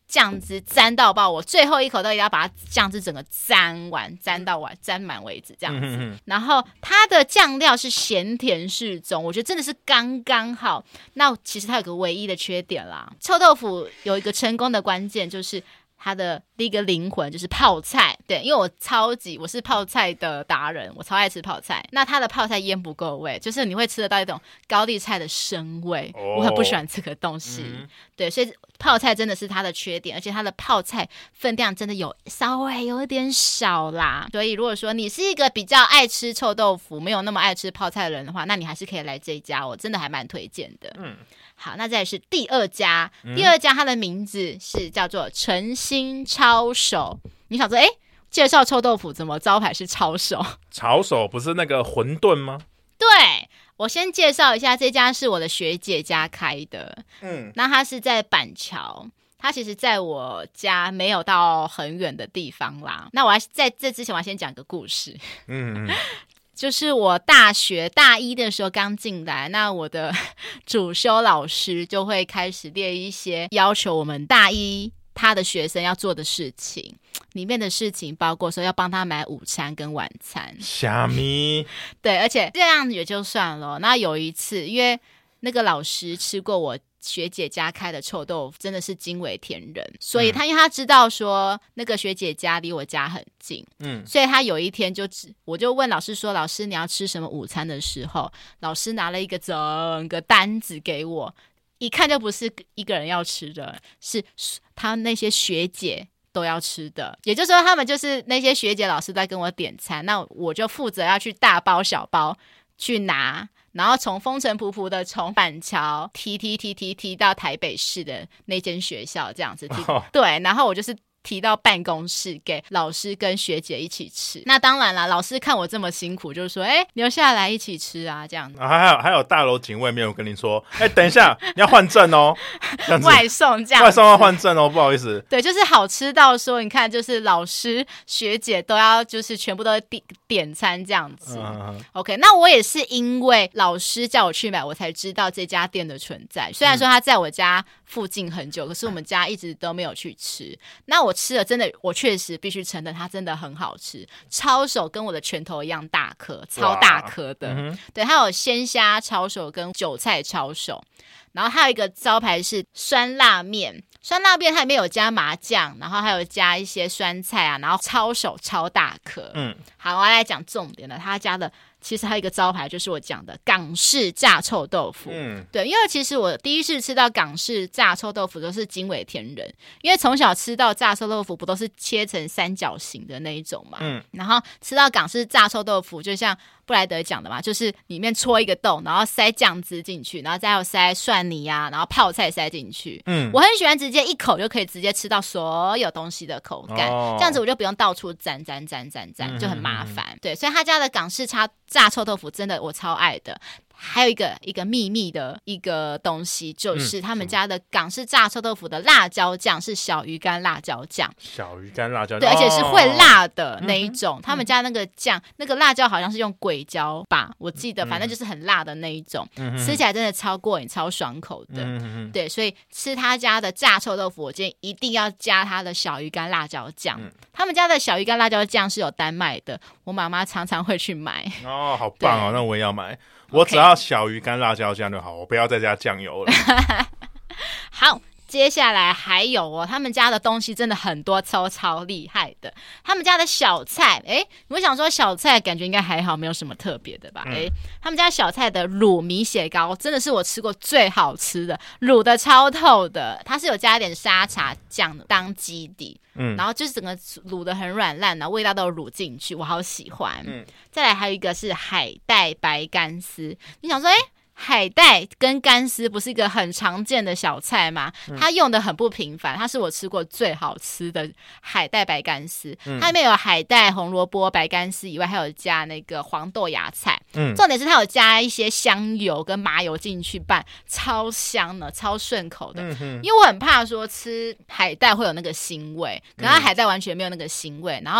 酱汁沾到爆，我最后一口都一定要把它酱汁整个沾完，沾到完，沾满为止这样子。然后它的酱料是咸甜适中，我觉得真的是刚刚好。那其实它有个唯一的缺点啦，臭豆腐有一个成功的关键就是它的第一个灵魂就是泡菜，对，因为我是泡菜的达人，我超爱吃泡菜。那它的泡菜腌不够味，就是你会吃得到一种高丽菜的生味，我很不喜欢这个东西。对，所以泡菜真的是它的缺点，而且它的泡菜分量真的稍微有一点少啦。所以如果说你是一个比较爱吃臭豆腐，没有那么爱吃泡菜的人的话，那你还是可以来这一家，我真的还蛮推荐的。好，那再来是第二家，它的名字是叫做诚心抄手。你想说，介绍臭豆腐怎么招牌是抄手？ 抄手不是那个馄饨吗？ 对，我先介绍一下，这家是我的学姐家开的，那它是在板桥。它其实在我家没有到很远的地方啦。那我要在这之前，我要先讲个故事。就是我大学大一的时候刚进来，那我的主修老师就会开始列一些要求我们大一他的学生要做的事情，里面的事情包括说要帮他买午餐跟晚餐。 虾米？ 对，而且这样也就算了。那有一次，因为那个老师吃过我学姐家开的臭豆腐，真的是惊为天人，所以因为他知道说那个学姐家离我家很近，所以他有一天我就问老师说，老师你要吃什么午餐的时候，老师拿了一个整个单子给我，一看就不是一个人要吃的，是他那些学姐都要吃的，也就是说他们就是那些学姐老师在跟我点餐，那我就负责要去大包小包去拿，然后从风尘仆仆的从板桥提到台北市的那间学校这样子对，然后我就是提到办公室给老师跟学姐一起吃。那当然啦，老师看我这么辛苦，就是说留下来一起吃啊这样子。 还有大楼警卫没有跟你说等一下你要换证哦外送这样子， 外送要换证哦，不好意思。 对，就是好吃到说你看就是老师学姐都要就是全部都点餐这样子。OK， 那我也是因为老师叫我去买我才知道这家店的存在，虽然说他在我家附近很久，可是我们家一直都没有去吃。那我吃了真的，我确实必须承认它真的很好吃，抄手跟我的拳头一样大颗，超大颗的。对，它有鲜虾抄手跟韭菜抄手，然后还有一个招牌是酸辣面，酸辣面它里面有加麻酱，然后还有加一些酸菜啊，然后抄手超大颗。好，我要来讲重点了，他家的其实还有一个招牌，就是我讲的港式炸臭豆腐。对，因为其实我第一次吃到港式炸臭豆腐都是惊为天人，因为从小吃到炸臭豆腐不都是切成三角形的那一种嘛，然后吃到港式炸臭豆腐就像布莱德讲的嘛，就是里面戳一个洞，然后塞酱汁进去，然后再有塞蒜泥啊，然后泡菜塞进去。我很喜欢直接一口就可以直接吃到所有东西的口感，这样子我就不用到处沾，就很麻烦。对，所以他家的港式炸臭豆腐真的我超爱的。还有一个秘密的一个东西，就是他们家的港式炸臭豆腐的辣椒酱是小鱼干辣椒酱，对，而且是会辣的那一种。他们家那个酱，那个辣椒好像是用鬼椒吧，我记得，反正就是很辣的那一种，吃起来真的超过瘾、超爽口的。对，所以吃他家的炸臭豆腐，我建议一定要加他的小鱼干辣椒酱。他们家的小鱼干辣椒酱是有单卖的，我妈妈常常会去买。 好棒哦，那我也要买。我只要小鱼干辣椒酱就好，我不要再加酱油了。 好，接下来还有他们家的东西真的很多，超厉害的。他们家的小菜，你会想说小菜感觉应该还好，没有什么特别的吧？他们家小菜的卤米血糕真的是我吃过最好吃的，卤的超透的，它是有加一点沙茶酱当基底。然后就是整个卤的很软烂，然后味道都有卤进去，我好喜欢。再来还有一个是海带白干丝，你想说海带跟干丝不是一个很常见的小菜吗？它用的很不平凡，它是我吃过最好吃的海带白干丝。它里面有海带、红萝卜、白干丝以外，还有加那个黄豆芽菜。重点是它有加一些香油跟麻油进去拌，超香的，超顺口的。因为我很怕说吃海带会有那个腥味，可是它海带完全没有那个腥味，然后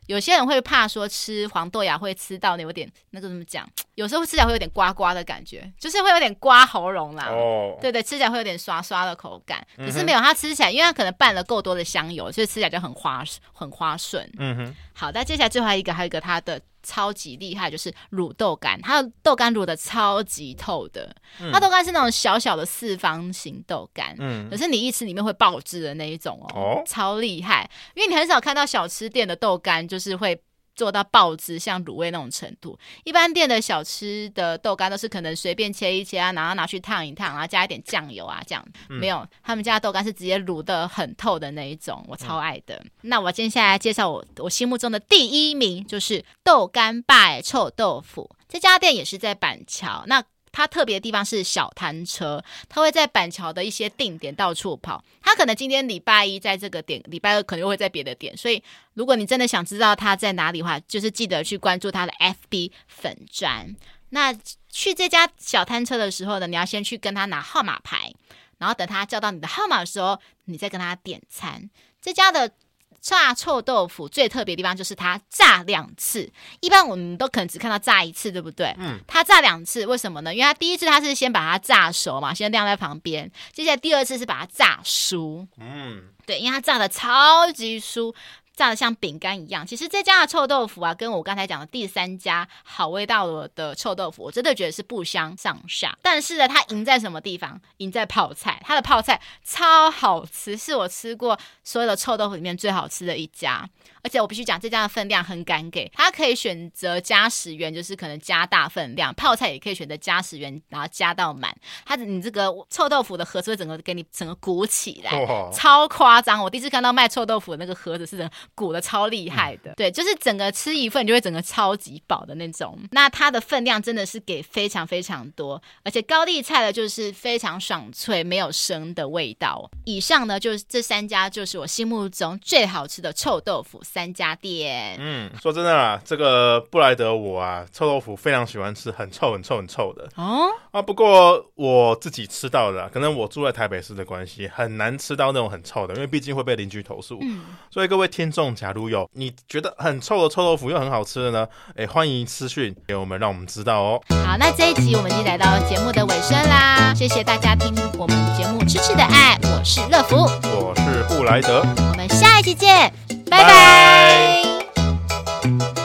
有些人会怕说吃黄豆芽会吃到有点那个怎么讲，有时候吃起来会有点刮刮的感觉，就是会有点刮喉咙啦。对对，吃起来会有点刷刷的口感。可是没有，它吃起来，因为它可能拌了够多的香油，所以吃起来就很滑顺。好，那接下来最后一个还有一个它的超级厉害，就是卤豆干，它的豆干卤的超级透的。它豆干是那种小小的四方形豆干，可是你一吃里面会爆汁的那一种超厉害。因为你很少看到小吃店的豆干就是会做到爆汁，像卤味那种程度。一般店的小吃的豆干都是可能随便切一切啊，然后拿去烫一烫，然后加一点酱油啊，这样。没有，他们家的豆干是直接卤得很透的那一种，我超爱的。那我接下来介绍我心目中的第一名，就是豆干爸臭豆腐。这家店也是在板桥，那它特别的地方是小摊车，它会在板桥的一些定点到处跑。它可能今天礼拜一在这个点，礼拜二可能又会在别的点，所以如果你真的想知道它在哪里的话，就是记得去关注它的 FB 粉专。那去这家小摊车的时候呢，你要先去跟他拿号码牌，然后等他叫到你的号码的时候，你再跟他点餐。这家的炸臭豆腐最特别的地方就是它炸2次，一般我们都可能只看到炸1次，对不对？它炸2次，为什么呢？因为它第一次它是先把它炸熟嘛，先晾在旁边，接下来第二次是把它炸酥。对，因为它炸的超级酥，炸的像饼干一样。其实这家的臭豆腐啊，跟我刚才讲的第3家好味道的臭豆腐，我真的觉得是不相上下。但是呢，它赢在什么地方？赢在泡菜，它的泡菜超好吃，是我吃过所有的臭豆腐里面最好吃的一家。而且我必须讲，这家的分量很敢给，它可以选择加10元，就是可能加大分量；泡菜也可以选择加10元，然后加到满。你这个臭豆腐的盒子会整个给你整个鼓起来，超夸张！我第一次看到卖臭豆腐的那个盒子是整个鼓的超厉害的，对，就是整个吃一份你就会整个超级饱的那种。那它的分量真的是给非常非常多，而且高丽菜的就是非常爽脆，没有生的味道。以上呢，就是这3家就是我心目中最好吃的臭豆腐3家店。 说真的啦，这个布莱德我啊，臭豆腐非常喜欢吃很臭很臭很臭的不过我自己吃到的可能我住在台北市的关系，很难吃到那种很臭的，因为毕竟会被邻居投诉。所以各位听众，假如有你觉得很臭的臭豆腐又很好吃的呢，欢迎私讯给我们，让我们知道哦。 好，那这一集我们已经来到节目的尾声啦，谢谢大家听我们节目痴痴的爱，我是乐福， 我是布莱德， 我们下一期见，拜拜。